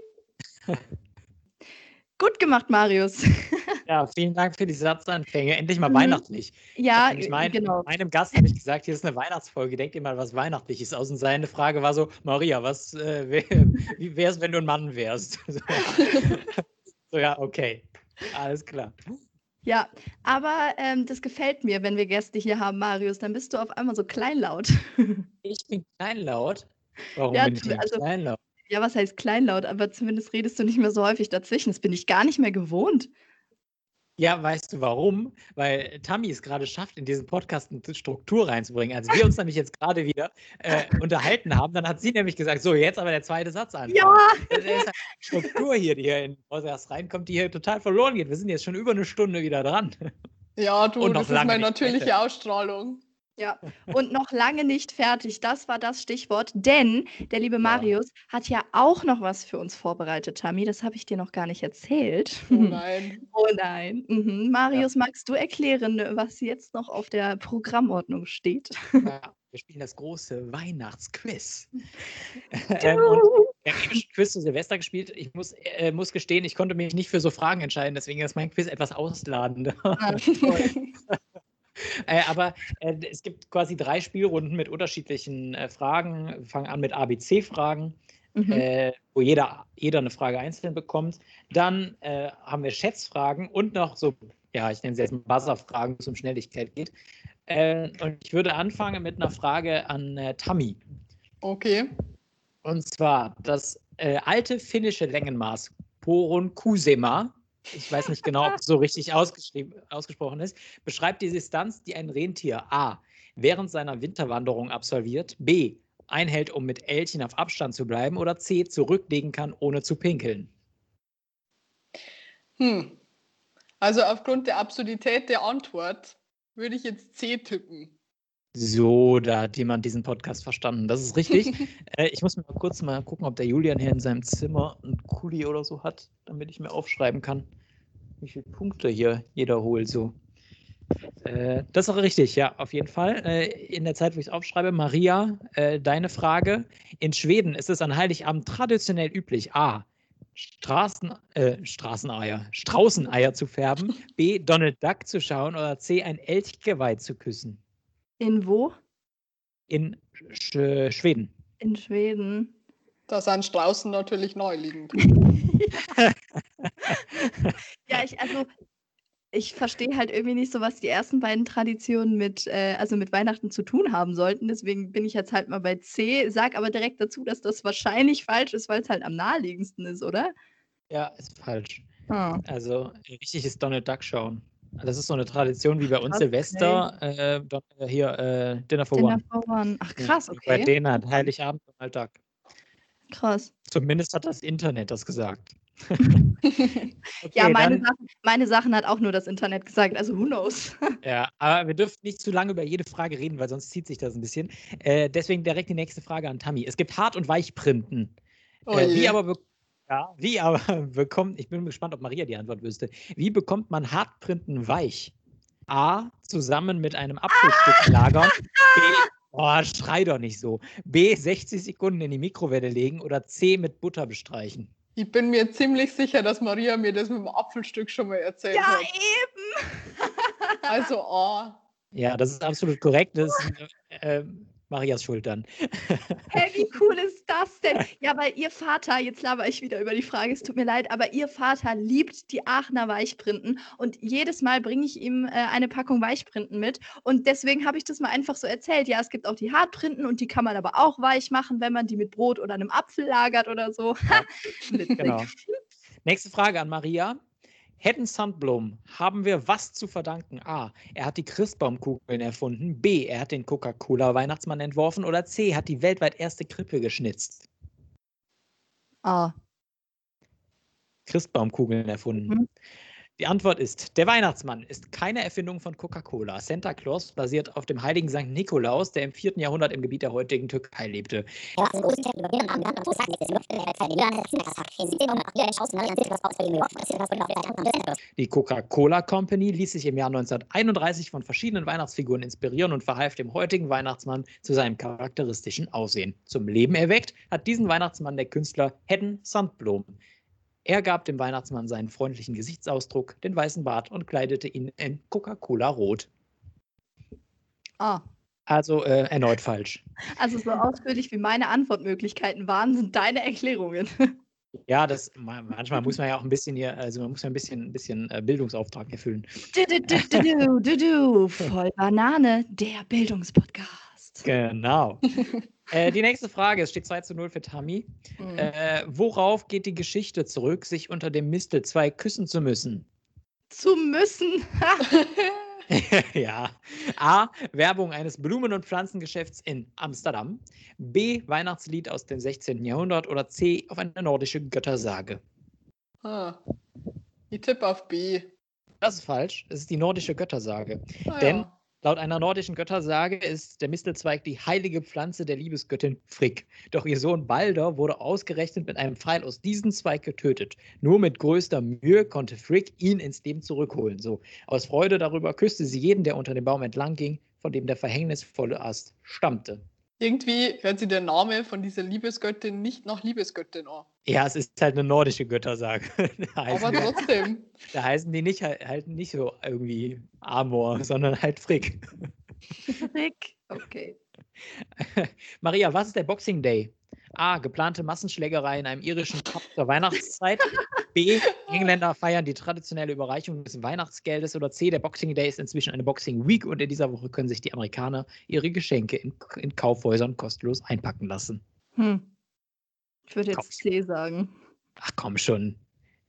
Gut gemacht, Marius. Ja, vielen Dank für die Satzanfänge. Endlich mal Mhm. weihnachtlich. Ja, Und ich mein, genau. meinem Gast habe ich gesagt, hier ist eine Weihnachtsfolge, denkt ihr mal, was Weihnachtliches aus. Und seine Frage war so, Maria, was äh, wär, wie wär's, wenn du ein Mann wärst? So, so ja, okay. Alles klar. Ja, aber ähm, das gefällt mir, wenn wir Gäste hier haben, Marius. Dann bist du auf einmal so kleinlaut. Ich bin kleinlaut. Warum Ja, bin ich denn also- kleinlaut? Ja, was heißt kleinlaut? Aber zumindest redest du nicht mehr so häufig dazwischen. Das bin ich gar nicht mehr gewohnt. Ja, weißt du warum? Weil Tammy es gerade schafft, in diesen Podcast eine Struktur reinzubringen. Als wir uns nämlich jetzt gerade wieder äh, unterhalten haben, dann hat sie nämlich gesagt, so, jetzt aber der zweite Satz an. Ja! Das ist eine Struktur hier, die hier in den Podcast reinkommt, die hier total verloren geht. Wir sind jetzt schon über eine Stunde wieder dran. Ja, du, Und noch das ist lange meine nicht natürliche fertig. Ausstrahlung. Ja, und noch lange nicht fertig. Das war das Stichwort, denn der liebe Marius hat ja auch noch was für uns vorbereitet, Tammy. Das habe ich dir noch gar nicht erzählt. Oh nein. Oh nein. Mhm. Marius, magst du erklären, was jetzt noch auf der Programmordnung steht? Ja, wir spielen das große Weihnachtsquiz. ähm, und wir haben eben schon Quiz zu Silvester gespielt. Ich muss, äh, muss gestehen, ich konnte mich nicht für so Fragen entscheiden, deswegen ist mein Quiz etwas ausladender. Ah, toll. Äh, aber äh, es gibt quasi drei Spielrunden mit unterschiedlichen äh, Fragen. Wir fangen an mit A B C-Fragen, Mhm. äh, wo jeder, jeder eine Frage einzeln bekommt. Dann äh, haben wir Schätzfragen und noch so, ja, ich nenne sie jetzt mal Buzzer-Fragen, wo es um Schnelligkeit geht. Äh, und ich würde anfangen mit einer Frage an äh, Tammy. Okay. Und zwar das äh, alte finnische Längenmaß Poron Kusema, ich weiß nicht genau, ob es so richtig ausgeschrieben, ausgesprochen ist, beschreibt die Distanz, die ein Rentier A. während seiner Winterwanderung absolviert, B. einhält, um mit Elchen auf Abstand zu bleiben, oder C, zurücklegen kann, ohne zu pinkeln? Hm. Also aufgrund der Absurdität der Antwort würde ich jetzt C tippen. So, da hat jemand diesen Podcast verstanden. Das ist richtig. äh, ich muss mal kurz mal gucken, ob der Julian hier in seinem Zimmer einen Kuli oder so hat, damit ich mir aufschreiben kann, wie viele Punkte hier jeder holt. So. Äh, das ist auch richtig, ja, auf jeden Fall. Äh, in der Zeit, wo ich es aufschreibe, Maria, äh, deine Frage. In Schweden ist es an Heiligabend traditionell üblich, A, Straßen, äh, Straßeneier, Straußeneier zu färben, B, Donald Duck zu schauen oder C, ein Elchgeweih zu küssen. In wo? In Sch Schweden. In Schweden. Da sind Straußen natürlich naheliegend. Ja, ich, also, ich verstehe halt irgendwie nicht so, was die ersten beiden Traditionen mit, äh, also mit Weihnachten zu tun haben sollten. Deswegen bin ich jetzt halt mal bei C, sag aber direkt dazu, dass das wahrscheinlich falsch ist, weil es halt am naheliegendsten ist, oder? Ja, ist falsch. Ah. Also richtig ist Donald Duck schauen. Das ist so eine Tradition wie bei uns Krass, Silvester, äh, Don- äh, hier äh, Dinner for Dinner One. for One. Ach krass, Ja, Bei okay. denen hat Heiligabend Donald Duck. Krass. Zumindest hat das Internet das gesagt. Okay, Ja, meine dann, Sachen, meine Sachen hat auch nur das Internet gesagt, also who knows? ja, aber wir dürfen nicht zu lange über jede Frage reden, weil sonst zieht sich das ein bisschen. Äh, deswegen direkt die nächste Frage an Tammy. Es gibt Hart- und Weichprinten. Oh Äh, wie je. aber, be ja, wie aber bekommt, ich bin gespannt, ob Maria die Antwort wüsste. Wie bekommt man Hartprinten weich? A, zusammen mit einem Apfelstück lagern. B, oh, schrei doch nicht so. B, sechzig Sekunden in die Mikrowelle legen oder C, mit Butter bestreichen. Ich bin mir ziemlich sicher, dass Maria mir das mit dem Apfelstück schon mal erzählt Ja, hat. eben! Also A. Ja, das ist absolut korrekt. Das ist äh, Marias Schuld dann. Hä, wie cool ist das denn? Ja, weil ihr Vater, jetzt laber ich wieder über die Frage, es tut mir leid, aber ihr Vater liebt die Aachener Weichprinten und jedes Mal bringe ich ihm äh, eine Packung Weichprinten mit und deswegen habe ich das mal einfach so erzählt. Ja, es gibt auch die Hartprinten und die kann man aber auch weich machen, wenn man die mit Brot oder einem Apfel lagert oder so. Ha, witzig. Genau. Nächste Frage an Maria. Hedden Sandblom haben wir was zu verdanken? A, er hat die Christbaumkugeln erfunden. B, er hat den Coca-Cola-Weihnachtsmann entworfen. Oder C, hat die weltweit erste Krippe geschnitzt. Ah. Christbaumkugeln erfunden. Mhm. Die Antwort ist, der Weihnachtsmann ist keine Erfindung von Coca-Cola. Santa Claus basiert auf dem heiligen Sankt Nikolaus, der im vierten Jahrhundert im Gebiet der heutigen Türkei lebte. Die Coca-Cola Company ließ sich im Jahr neunzehnhunderteinunddreißig von verschiedenen Weihnachtsfiguren inspirieren und verhalf dem heutigen Weihnachtsmann zu seinem charakteristischen Aussehen. Zum Leben erweckt hat diesen Weihnachtsmann der Künstler Hedden Sandblom. Er gab dem Weihnachtsmann seinen freundlichen Gesichtsausdruck, den weißen Bart und kleidete ihn in Coca-Cola-Rot. Ah. Also äh, erneut falsch. Also so ausführlich wie meine Antwortmöglichkeiten waren, sind deine Erklärungen. Ja, das manchmal muss man ja auch ein bisschen hier, also man muss ja ein bisschen, ein bisschen äh, Bildungsauftrag erfüllen. Du, du, du, du, du, du, du. Voll Banane, der Bildungspodcast. Genau. äh, die nächste Frage, es steht zwei zu null für Tammy. Mhm. Äh, worauf geht die Geschichte zurück, sich unter dem Mistelzweig küssen zu müssen? Zu müssen. Ja. A. Werbung eines Blumen- und Pflanzengeschäfts in Amsterdam. B. Weihnachtslied aus dem sechzehnten Jahrhundert. Oder C. Auf eine nordische Göttersage. Ah. Ich tippe auf B. Das ist falsch. Es ist die nordische Göttersage. Ah, Denn ja. laut einer nordischen Göttersage ist der Mistelzweig die heilige Pflanze der Liebesgöttin Frigg. Doch ihr Sohn Balder wurde ausgerechnet mit einem Pfeil aus diesem Zweig getötet. Nur mit größter Mühe konnte Frigg ihn ins Leben zurückholen. So, aus Freude darüber küsste sie jeden, der unter dem Baum entlang ging, von dem der verhängnisvolle Ast stammte. Irgendwie hört sich der Name von dieser Liebesgöttin nicht nach Liebesgöttin an. Ja, es ist halt eine nordische Göttersage. Da heißen, Aber trotzdem. da heißen die nicht halt, halt nicht so irgendwie Amor, sondern halt Frigg. Rick. Okay. Maria, was ist der Boxing Day? A. Geplante Massenschlägerei in einem irischen Pub zur Weihnachtszeit. B. Engländer feiern die traditionelle Überreichung des Weihnachtsgeldes. Oder C. Der Boxing Day ist inzwischen eine Boxing Week und in dieser Woche können sich die Amerikaner ihre Geschenke in, in Kaufhäusern kostenlos einpacken lassen. Hm. Ich würde Komm. jetzt C sagen. Ach komm schon.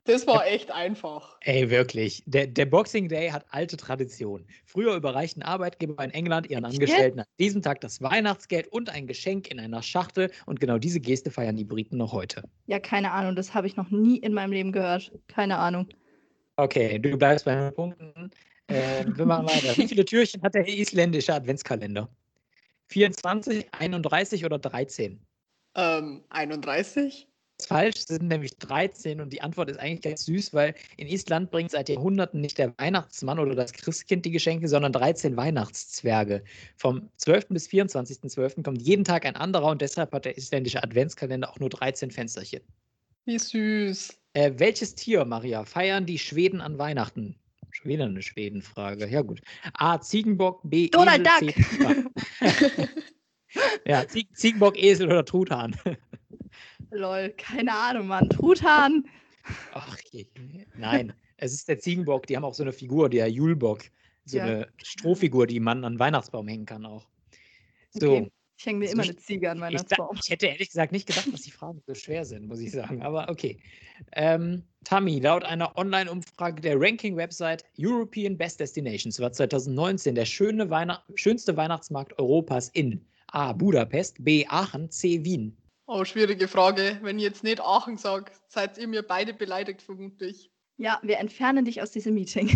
Das war echt einfach. Ey, wirklich. Der, der Boxing Day hat alte Tradition. Früher überreichten Arbeitgeber in England ihren Angestellten an diesem Tag das Weihnachtsgeld und ein Geschenk in einer Schachtel. Und genau diese Geste feiern die Briten noch heute. Ja, keine Ahnung, das habe ich noch nie in meinem Leben gehört. Keine Ahnung. Okay, du bleibst bei den Punkten. Äh, wir machen weiter. Wie viele Türchen hat der isländische Adventskalender? vierundzwanzig, einunddreißig oder dreizehn? Ähm, einunddreißig? Das ist falsch, es sind nämlich dreizehn und die Antwort ist eigentlich ganz süß, weil in Island bringt seit Jahrhunderten nicht der Weihnachtsmann oder das Christkind die Geschenke, sondern dreizehn Weihnachtszwerge. Vom zwölften bis vierundzwanzigsten zwölften kommt jeden Tag ein anderer und deshalb hat der isländische Adventskalender auch nur dreizehn Fensterchen. Wie süß. Äh, welches Tier, Maria, feiern die Schweden an Weihnachten? Schon wieder eine Schwedenfrage. Ja gut. A. Ziegenbock, B. Donald Esel, Duck. C. Truthahn. Ja, Zieg Ziegenbock, Esel oder Truthahn. Lol, keine Ahnung, Mann. Truthahn. Ach, je. Nein, es ist der Ziegenbock. Die haben auch so eine Figur, der Julbock. So Ja. eine Strohfigur, die man an den Weihnachtsbaum hängen kann auch. So. Okay. Ich hänge mir immer eine Ziege an Ich, Weihnachtsbaum. ich hätte ehrlich gesagt nicht gedacht, dass die Fragen so schwer sind, muss ich sagen. Aber okay. Ähm, Tammy, laut einer Online-Umfrage der Ranking-Website European Best Destinations war zweitausendneunzehn der schöne Weihnacht schönste Weihnachtsmarkt Europas in A. Budapest, B. Aachen, C. Wien. Oh, schwierige Frage. Wenn ich jetzt nicht Aachen sage, seid ihr mir beide beleidigt, vermutlich. Ja, wir entfernen dich aus diesem Meeting.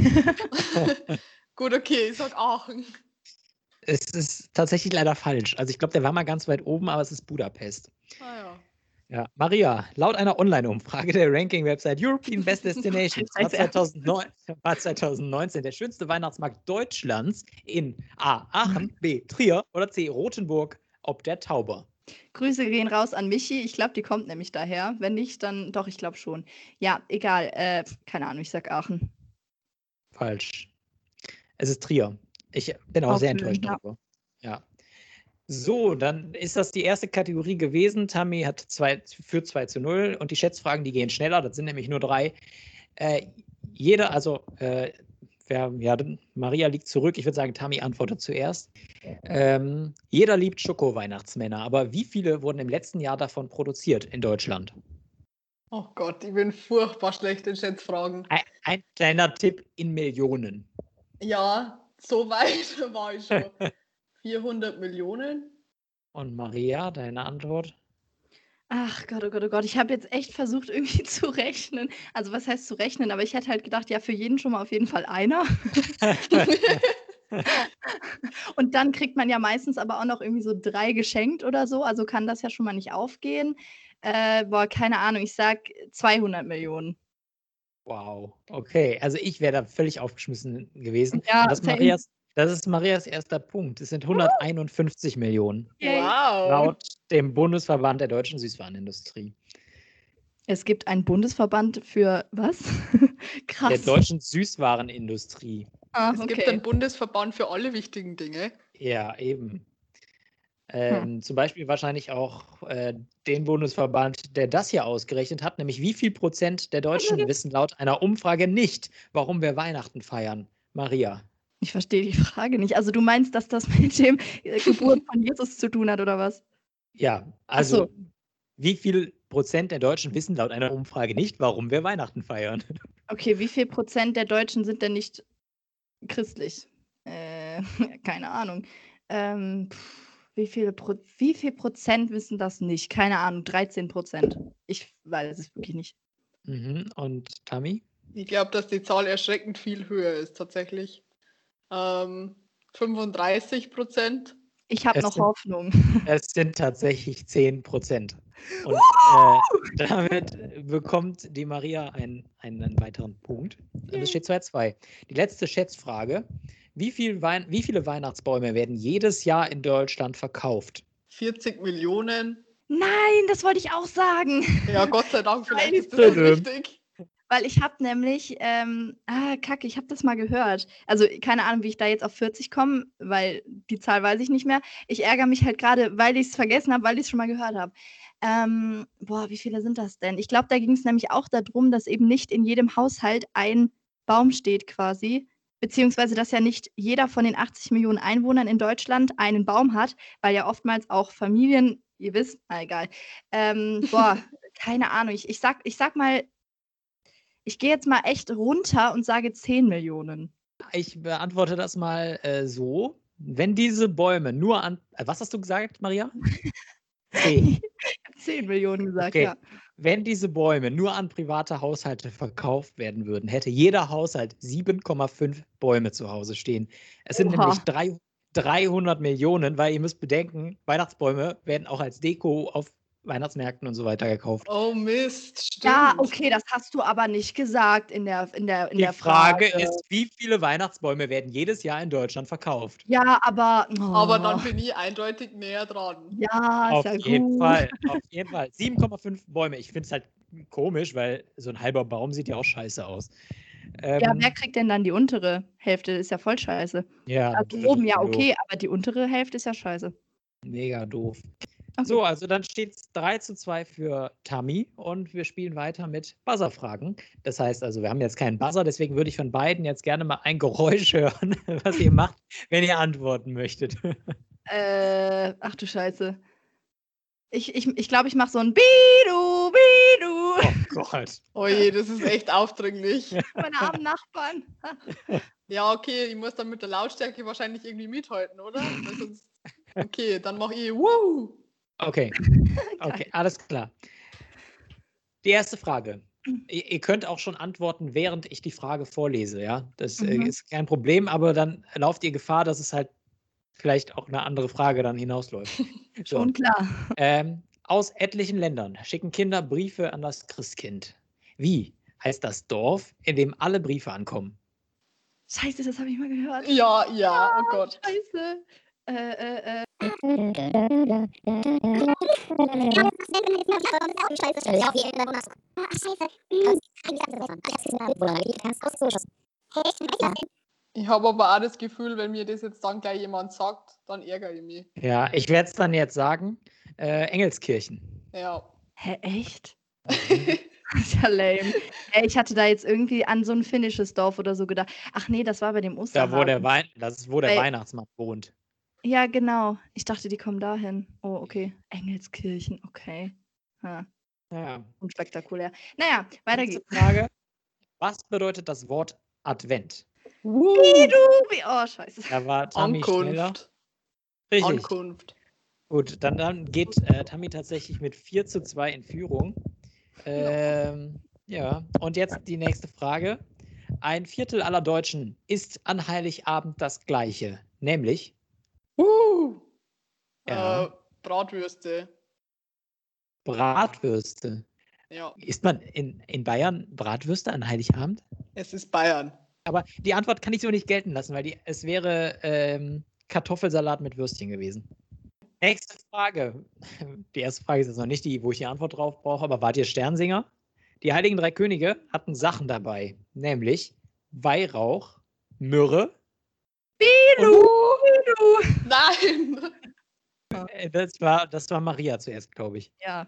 Gut, okay, ich sag Aachen. Es ist tatsächlich leider falsch. Also ich glaube, der war mal ganz weit oben, aber es ist Budapest. Ah ja. Ja, Maria, laut einer Online-Umfrage der Ranking-Website European Best Destinations war, zweitausendneun, war zweitausendneunzehn der schönste Weihnachtsmarkt Deutschlands in A. Aachen, B. Trier oder C. Rothenburg ob der Tauber. Grüße gehen raus an Michi. Ich glaube, die kommt nämlich daher. Wenn nicht, dann doch, ich glaube schon. Ja, egal. Äh, keine Ahnung, ich sag Aachen. Falsch. Es ist Trier. Ich bin auch sehr Okay, enttäuscht ja. darüber. Ja. So, dann ist das die erste Kategorie gewesen. Tammy hat zwei, führt zwei zu null und die Schätzfragen, die gehen schneller. Das sind nämlich nur drei. Äh, jeder, also äh, wer, ja, Maria liegt zurück. Ich würde sagen, Tammy antwortet zuerst. Ähm, jeder liebt Schoko-Weihnachtsmänner, aber wie viele wurden im letzten Jahr davon produziert in Deutschland? Oh Gott, ich bin furchtbar schlecht in Schätzfragen. Ein, ein kleiner Tipp in Millionen. Ja, so weit war ich schon. vierhundert Millionen? Und Maria, deine Antwort? Ach Gott, oh Gott, oh Gott. Ich habe jetzt echt versucht, irgendwie zu rechnen. Also, was heißt zu rechnen? Aber ich hätte halt gedacht, ja, für jeden schon mal auf jeden Fall einer. Und dann kriegt man ja meistens aber auch noch irgendwie so drei geschenkt oder so. Also kann das ja schon mal nicht aufgehen. Äh, boah, keine Ahnung. Ich sag zweihundert Millionen. Wow, okay. Also ich wäre da völlig aufgeschmissen gewesen. Ja, Und das, ist same. Marias, das ist Marias erster Punkt. Es sind hunderteinundfünfzig Millionen. Yay. Wow. Laut dem Bundesverband der deutschen Süßwarenindustrie. Es gibt einen Bundesverband für was? Krass. Der deutschen Süßwarenindustrie. Ah, Es gibt okay. einen Bundesverband für alle wichtigen Dinge. Ja, eben. Ähm, Zum Beispiel wahrscheinlich auch äh, den Bundesverband, der das hier ausgerechnet hat, nämlich wie viel Prozent der Deutschen wissen laut einer Umfrage nicht, warum wir Weihnachten feiern. Maria. Ich verstehe die Frage nicht. Also du meinst, dass das mit dem äh, Geburt von Jesus zu tun hat, oder was? Ja, Ach also so. wie viel Prozent der Deutschen wissen laut einer Umfrage nicht, warum wir Weihnachten feiern? Okay, wie viel Prozent der Deutschen sind denn nicht christlich? Äh, keine Ahnung. Ähm, pff, wie, viele Pro wie viel Prozent wissen das nicht? Keine Ahnung, dreizehn Prozent. Ich weiß es wirklich nicht. Mhm. Und Tammy? Ich glaube, dass die Zahl erschreckend viel höher ist, tatsächlich. Ähm, fünfunddreißig Prozent. Ich habe Es noch sind- Hoffnung. Es sind tatsächlich zehn Prozent. Und äh, damit bekommt die Maria einen, einen weiteren Punkt. Und es steht zwei zwei. Die letzte Schätzfrage. Wie, viel Wein wie viele Weihnachtsbäume werden jedes Jahr in Deutschland verkauft? vierzig Millionen. Nein, das wollte ich auch sagen. Ja, Gott sei Dank, vielleicht ist das Scheiße. richtig. Weil ich habe nämlich, ähm, ah, kacke, ich habe das mal gehört. Also keine Ahnung, wie ich da jetzt auf vierzig komme, weil die Zahl weiß ich nicht mehr. Ich ärgere mich halt gerade, weil ich es vergessen habe, weil ich es schon mal gehört habe. Ähm, boah, wie viele sind das denn? Ich glaube, da ging es nämlich auch darum, dass eben nicht in jedem Haushalt ein Baum steht quasi. Beziehungsweise, dass ja nicht jeder von den achtzig Millionen Einwohnern in Deutschland einen Baum hat, weil ja oftmals auch Familien, ihr wisst, na egal. Ähm, boah, keine Ahnung. Ich, ich, sag, ich sag mal, Ich gehe jetzt mal echt runter und sage zehn Millionen. Ich beantworte das mal äh, so. Wenn diese Bäume nur an. Äh, was hast du gesagt, Maria? zehn. Ich habe zehn Millionen gesagt, Okay. ja. Wenn diese Bäume nur an private Haushalte verkauft werden würden, hätte jeder Haushalt sieben Komma fünf Bäume zu Hause stehen. Es sind Oha. nämlich drei, dreihundert Millionen, weil ihr müsst bedenken, Weihnachtsbäume werden auch als Deko auf Weihnachtsmärkten und so weiter gekauft. Oh Mist, stimmt. Ja, okay, das hast du aber nicht gesagt in der, in der, in Die der Frage Frage. ist, wie viele Weihnachtsbäume werden jedes Jahr in Deutschland verkauft? Ja, aber. Aber dann oh, bin ich eindeutig näher dran. ja, Auf ist ja jeden gut. Fall, auf jeden Fall. sieben Komma fünf Bäume. Ich finde es halt komisch, weil so ein halber Baum sieht ja auch scheiße aus. Ähm, Ja, wer kriegt denn dann die untere Hälfte? Ist ja voll scheiße. ja, Also natürlich oben ja doof. okay, aber die untere Hälfte ist ja scheiße. Mega doof. Okay. So, also dann steht es drei zu zwei für Tammy und wir spielen weiter mit Buzzer-Fragen. Das heißt also, wir haben jetzt keinen Buzzer, deswegen würde ich von beiden jetzt gerne mal ein Geräusch hören, was ihr macht, wenn ihr antworten möchtet. Äh, ach du Scheiße. Ich, ich, ich glaube, ich mache so ein Bidu, Bidu. Oh Gott. Oh je, das ist echt aufdringlich. Meine armen Nachbarn. Ja, okay, ich muss dann mit der Lautstärke wahrscheinlich irgendwie mithalten, oder? Weil sonst... Okay, dann mache ich Woo! Okay, okay, alles klar. Die erste Frage. Ihr, ihr könnt auch schon antworten, während ich die Frage vorlese, ja? Das äh, Mhm. ist kein Problem, aber dann lauft ihr Gefahr, dass es halt vielleicht auch eine andere Frage dann hinausläuft. So. Schon klar. Ähm, aus etlichen Ländern schicken Kinder Briefe an das Christkind. Wie heißt das Dorf, in dem alle Briefe ankommen? Scheiße, das habe ich mal gehört. Ja, ja, oh Gott. Scheiße. Äh, äh, äh. Ich habe aber auch das Gefühl, wenn mir das jetzt dann gleich jemand sagt, dann ärgere ich mich. Ja, ich werde es dann jetzt sagen. Äh, Engelskirchen. Ja. Hä, echt? Das ist ja lame. Ey, ich hatte da jetzt irgendwie an so ein finnisches Dorf oder so gedacht. Ach nee, das war bei dem Da, Osterhasen. wo der Wein, das ist, wo der Weil- Weihnachtsmann wohnt. Ja, genau. Ich dachte, die kommen dahin. Oh, okay. Engelskirchen, okay. Ha, Ja. unspektakulär. Naja, weiter Nächste geht's. Frage. Was bedeutet das Wort Advent? Woo! Wie du, wie, oh, scheiße. Da war Tammy schneller. Ankunft. Richtig. Ankunft. Gut, dann, dann geht äh, Tammy tatsächlich mit vier zu zwei in Führung. Ähm, ja, und jetzt die nächste Frage. Ein Viertel aller Deutschen isst an Heiligabend das Gleiche, nämlich Uh! Ja. Äh, Bratwürste. Bratwürste. Ja, Isst man in, in Bayern Bratwürste an Heiligabend? es ist Bayern. Aber die Antwort kann ich so nicht gelten lassen, weil die, es wäre ähm, Kartoffelsalat mit Würstchen gewesen. Nächste Frage. Die erste Frage ist jetzt noch nicht die, wo ich die Antwort drauf brauche, aber wart ihr Sternsinger? Die Heiligen Drei Könige hatten Sachen dabei, nämlich Weihrauch, Myrrhe. Bidu, Bidu. Nein! Äh, Das war, das war Maria zuerst, glaube ich. Ja.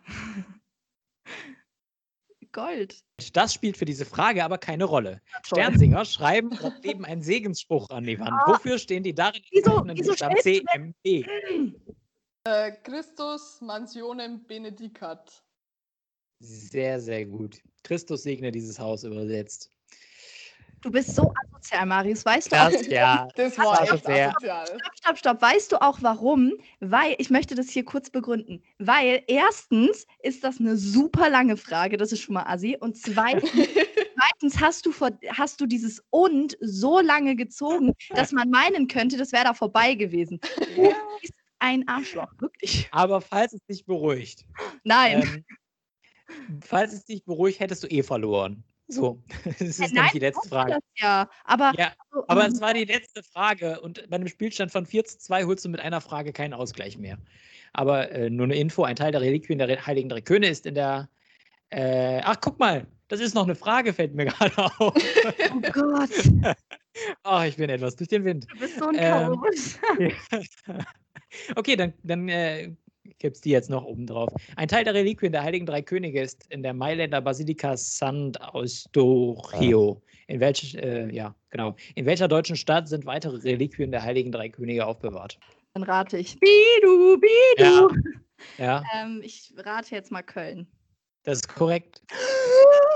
Gold. Das spielt für diese Frage aber keine Rolle. toll. Sternsinger schreiben oder kleben einen Segensspruch an die Wand. Ah. Wofür stehen die darin Wieso- enthaltenen wieso Buchstaben stellst C, du M, B? Äh, Christus mansionem benedicat. Sehr, sehr gut. Christus segne dieses Haus übersetzt. Du bist so asozial, Marius. Weißt du auch, Das, ja. Das war Das echt ist sehr- asozial. stopp, stopp, stopp. Weißt du auch warum? Weil, ich möchte das hier kurz begründen. Weil erstens ist das eine super lange Frage, das ist schon mal assi. Und zweitens, zweitens hast, du vor, hast du dieses und so lange gezogen, dass man meinen könnte, das wäre da vorbei gewesen. Du bist ein Arschloch, wirklich. Aber falls es dich beruhigt, Nein. ähm, falls es dich beruhigt, hättest du eh verloren. So, das ist Äh, nämlich nein, die letzte ich wusste Frage. das ja. Aber, Ja, so, aber ähm, es war die letzte Frage und bei einem Spielstand von vier zu zwei holst du mit einer Frage keinen Ausgleich mehr. Aber äh, nur eine Info, ein Teil der Reliquien der Re- Heiligen Drei Könige ist in der... Äh, ach, guck mal, das ist noch eine Frage, fällt mir gerade auf. oh Gott, Ach, ich bin etwas durch den Wind. du bist so ein Ähm, Chaos. Okay, dann, dann äh, gibt es die jetzt noch oben drauf. Ein Teil der Reliquien der Heiligen Drei Könige ist in der Mailänder Basilika Sant'Eustachio. In welch, äh, ja, genau. In welcher deutschen Stadt sind weitere Reliquien der Heiligen Drei Könige aufbewahrt? Dann rate ich. Bidu, Bidu. Ja, Ähm, ich rate jetzt mal Köln. das ist korrekt.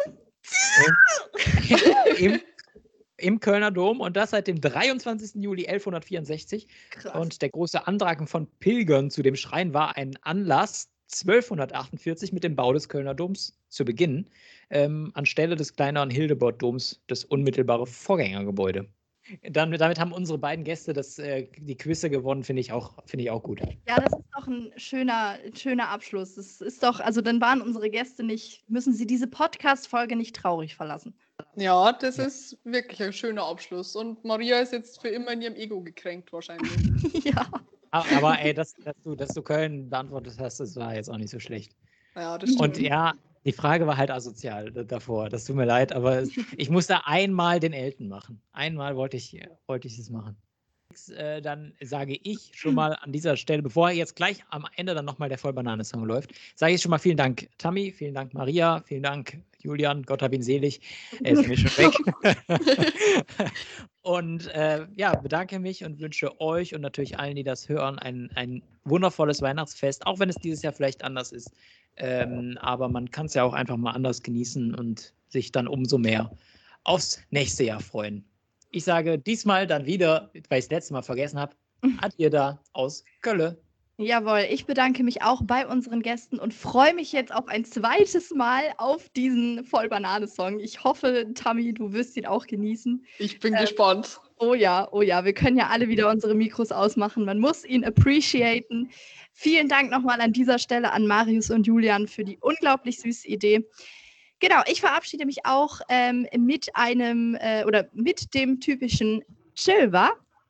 Im, Im Kölner Dom und das seit dem dreiundzwanzigsten Juli elfhundertvierundsechzig. Krass. Und der große Andrang von Pilgern zu dem Schrein war ein Anlass, zwölfhundertachtundvierzig mit dem Bau des Kölner Doms zu beginnen, ähm, anstelle des kleineren Hildebert-Doms, das unmittelbare Vorgängergebäude. Dann, damit haben unsere beiden Gäste das, äh, die Quizze gewonnen, finde ich, auch, find ich auch gut. Ja, das ist doch ein schöner, schöner Abschluss. Das ist doch, also dann waren unsere Gäste nicht, müssen sie diese Podcast-Folge nicht traurig verlassen. Ja, das ist wirklich ein schöner Abschluss. Und Maria ist jetzt für immer in ihrem Ego gekränkt wahrscheinlich. Ja. Aber, aber ey, dass, dass, du, dass du Köln beantwortet hast, das war jetzt auch nicht so schlecht. Ja, das stimmt. Und ja, die Frage war halt asozial d- davor. Das tut mir leid, aber es, ich musste einmal den Elton machen. Einmal wollte ich, wollte ich es machen. Äh, dann sage ich schon mal an dieser Stelle, bevor jetzt gleich am Ende dann nochmal der Vollbanane-Song läuft, sage ich schon mal vielen Dank, Tammy, vielen Dank, Maria, vielen Dank, Julian, Gott hab ihn selig. Er ist nämlich schon weg. Und äh, ja, bedanke mich und wünsche euch und natürlich allen, die das hören, ein, ein wundervolles Weihnachtsfest, auch wenn es dieses Jahr vielleicht anders ist. Ähm, aber man kann es ja auch einfach mal anders genießen und sich dann umso mehr aufs nächste Jahr freuen. Ich sage diesmal dann wieder, weil ich es letztes Mal vergessen habe, Adieu da aus Köln. Jawohl, ich bedanke mich auch bei unseren Gästen und freue mich jetzt auf ein zweites Mal auf diesen Vollbanane-Song. Ich hoffe, Tammy, du wirst ihn auch genießen. Ich bin Ähm, gespannt. Oh ja, oh ja, wir können ja alle wieder unsere Mikros ausmachen. Man muss ihn appreciaten. Vielen Dank nochmal an dieser Stelle an Marius und Julian für die unglaublich süße Idee. Genau, ich verabschiede mich auch ähm, mit einem äh, oder mit dem typischen Tschilva.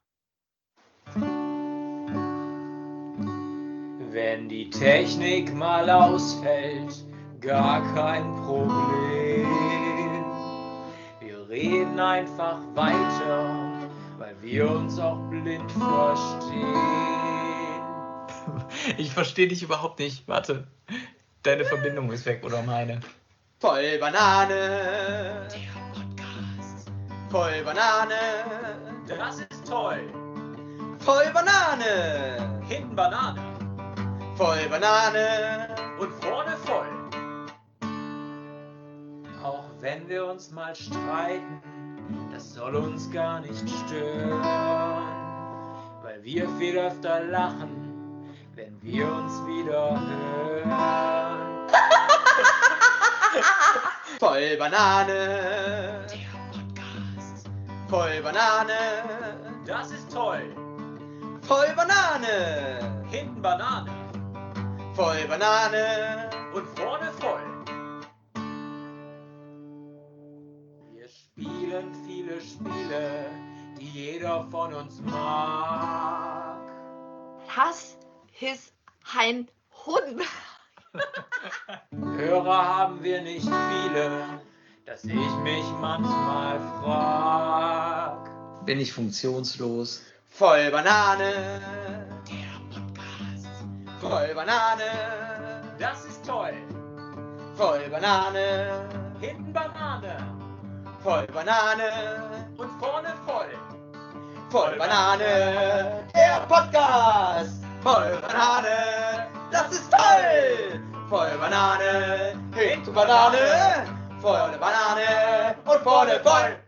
Wenn die Technik mal ausfällt, gar kein Problem. Wir reden einfach weiter, weil wir uns auch blind verstehen. Ich verstehe dich überhaupt nicht. Warte, deine Verbindung ist weg oder meine? Voll Banane. Der Podcast. Voll Banane. Das ist toll. Voll Banane. Hinten Banane Voll Banane. und vorne voll. Auch wenn wir uns mal streiten, das soll uns gar nicht stören, weil wir viel öfter lachen, wenn wir uns wieder hören. Voll Banane. Der Podcast. Voll Banane. Das ist toll. Voll Banane. Hinten Banane Voll Banane. und vorne voll. Wir spielen viele Spiele, die jeder von uns mag. Das ist ein Hund. Hörer haben wir nicht viele, dass ich mich manchmal frag. Bin ich funktionslos? Voll Banane. Der Podcast. Voll Banane. Das ist toll. Voll Banane. Hinten Banane Voll Banane. und vorne voll. Voll Banane. Der Podcast. Voll Banane. Das ist toll. Voll Banane. Hinten Banane. Voll Banane. Und vorne voll.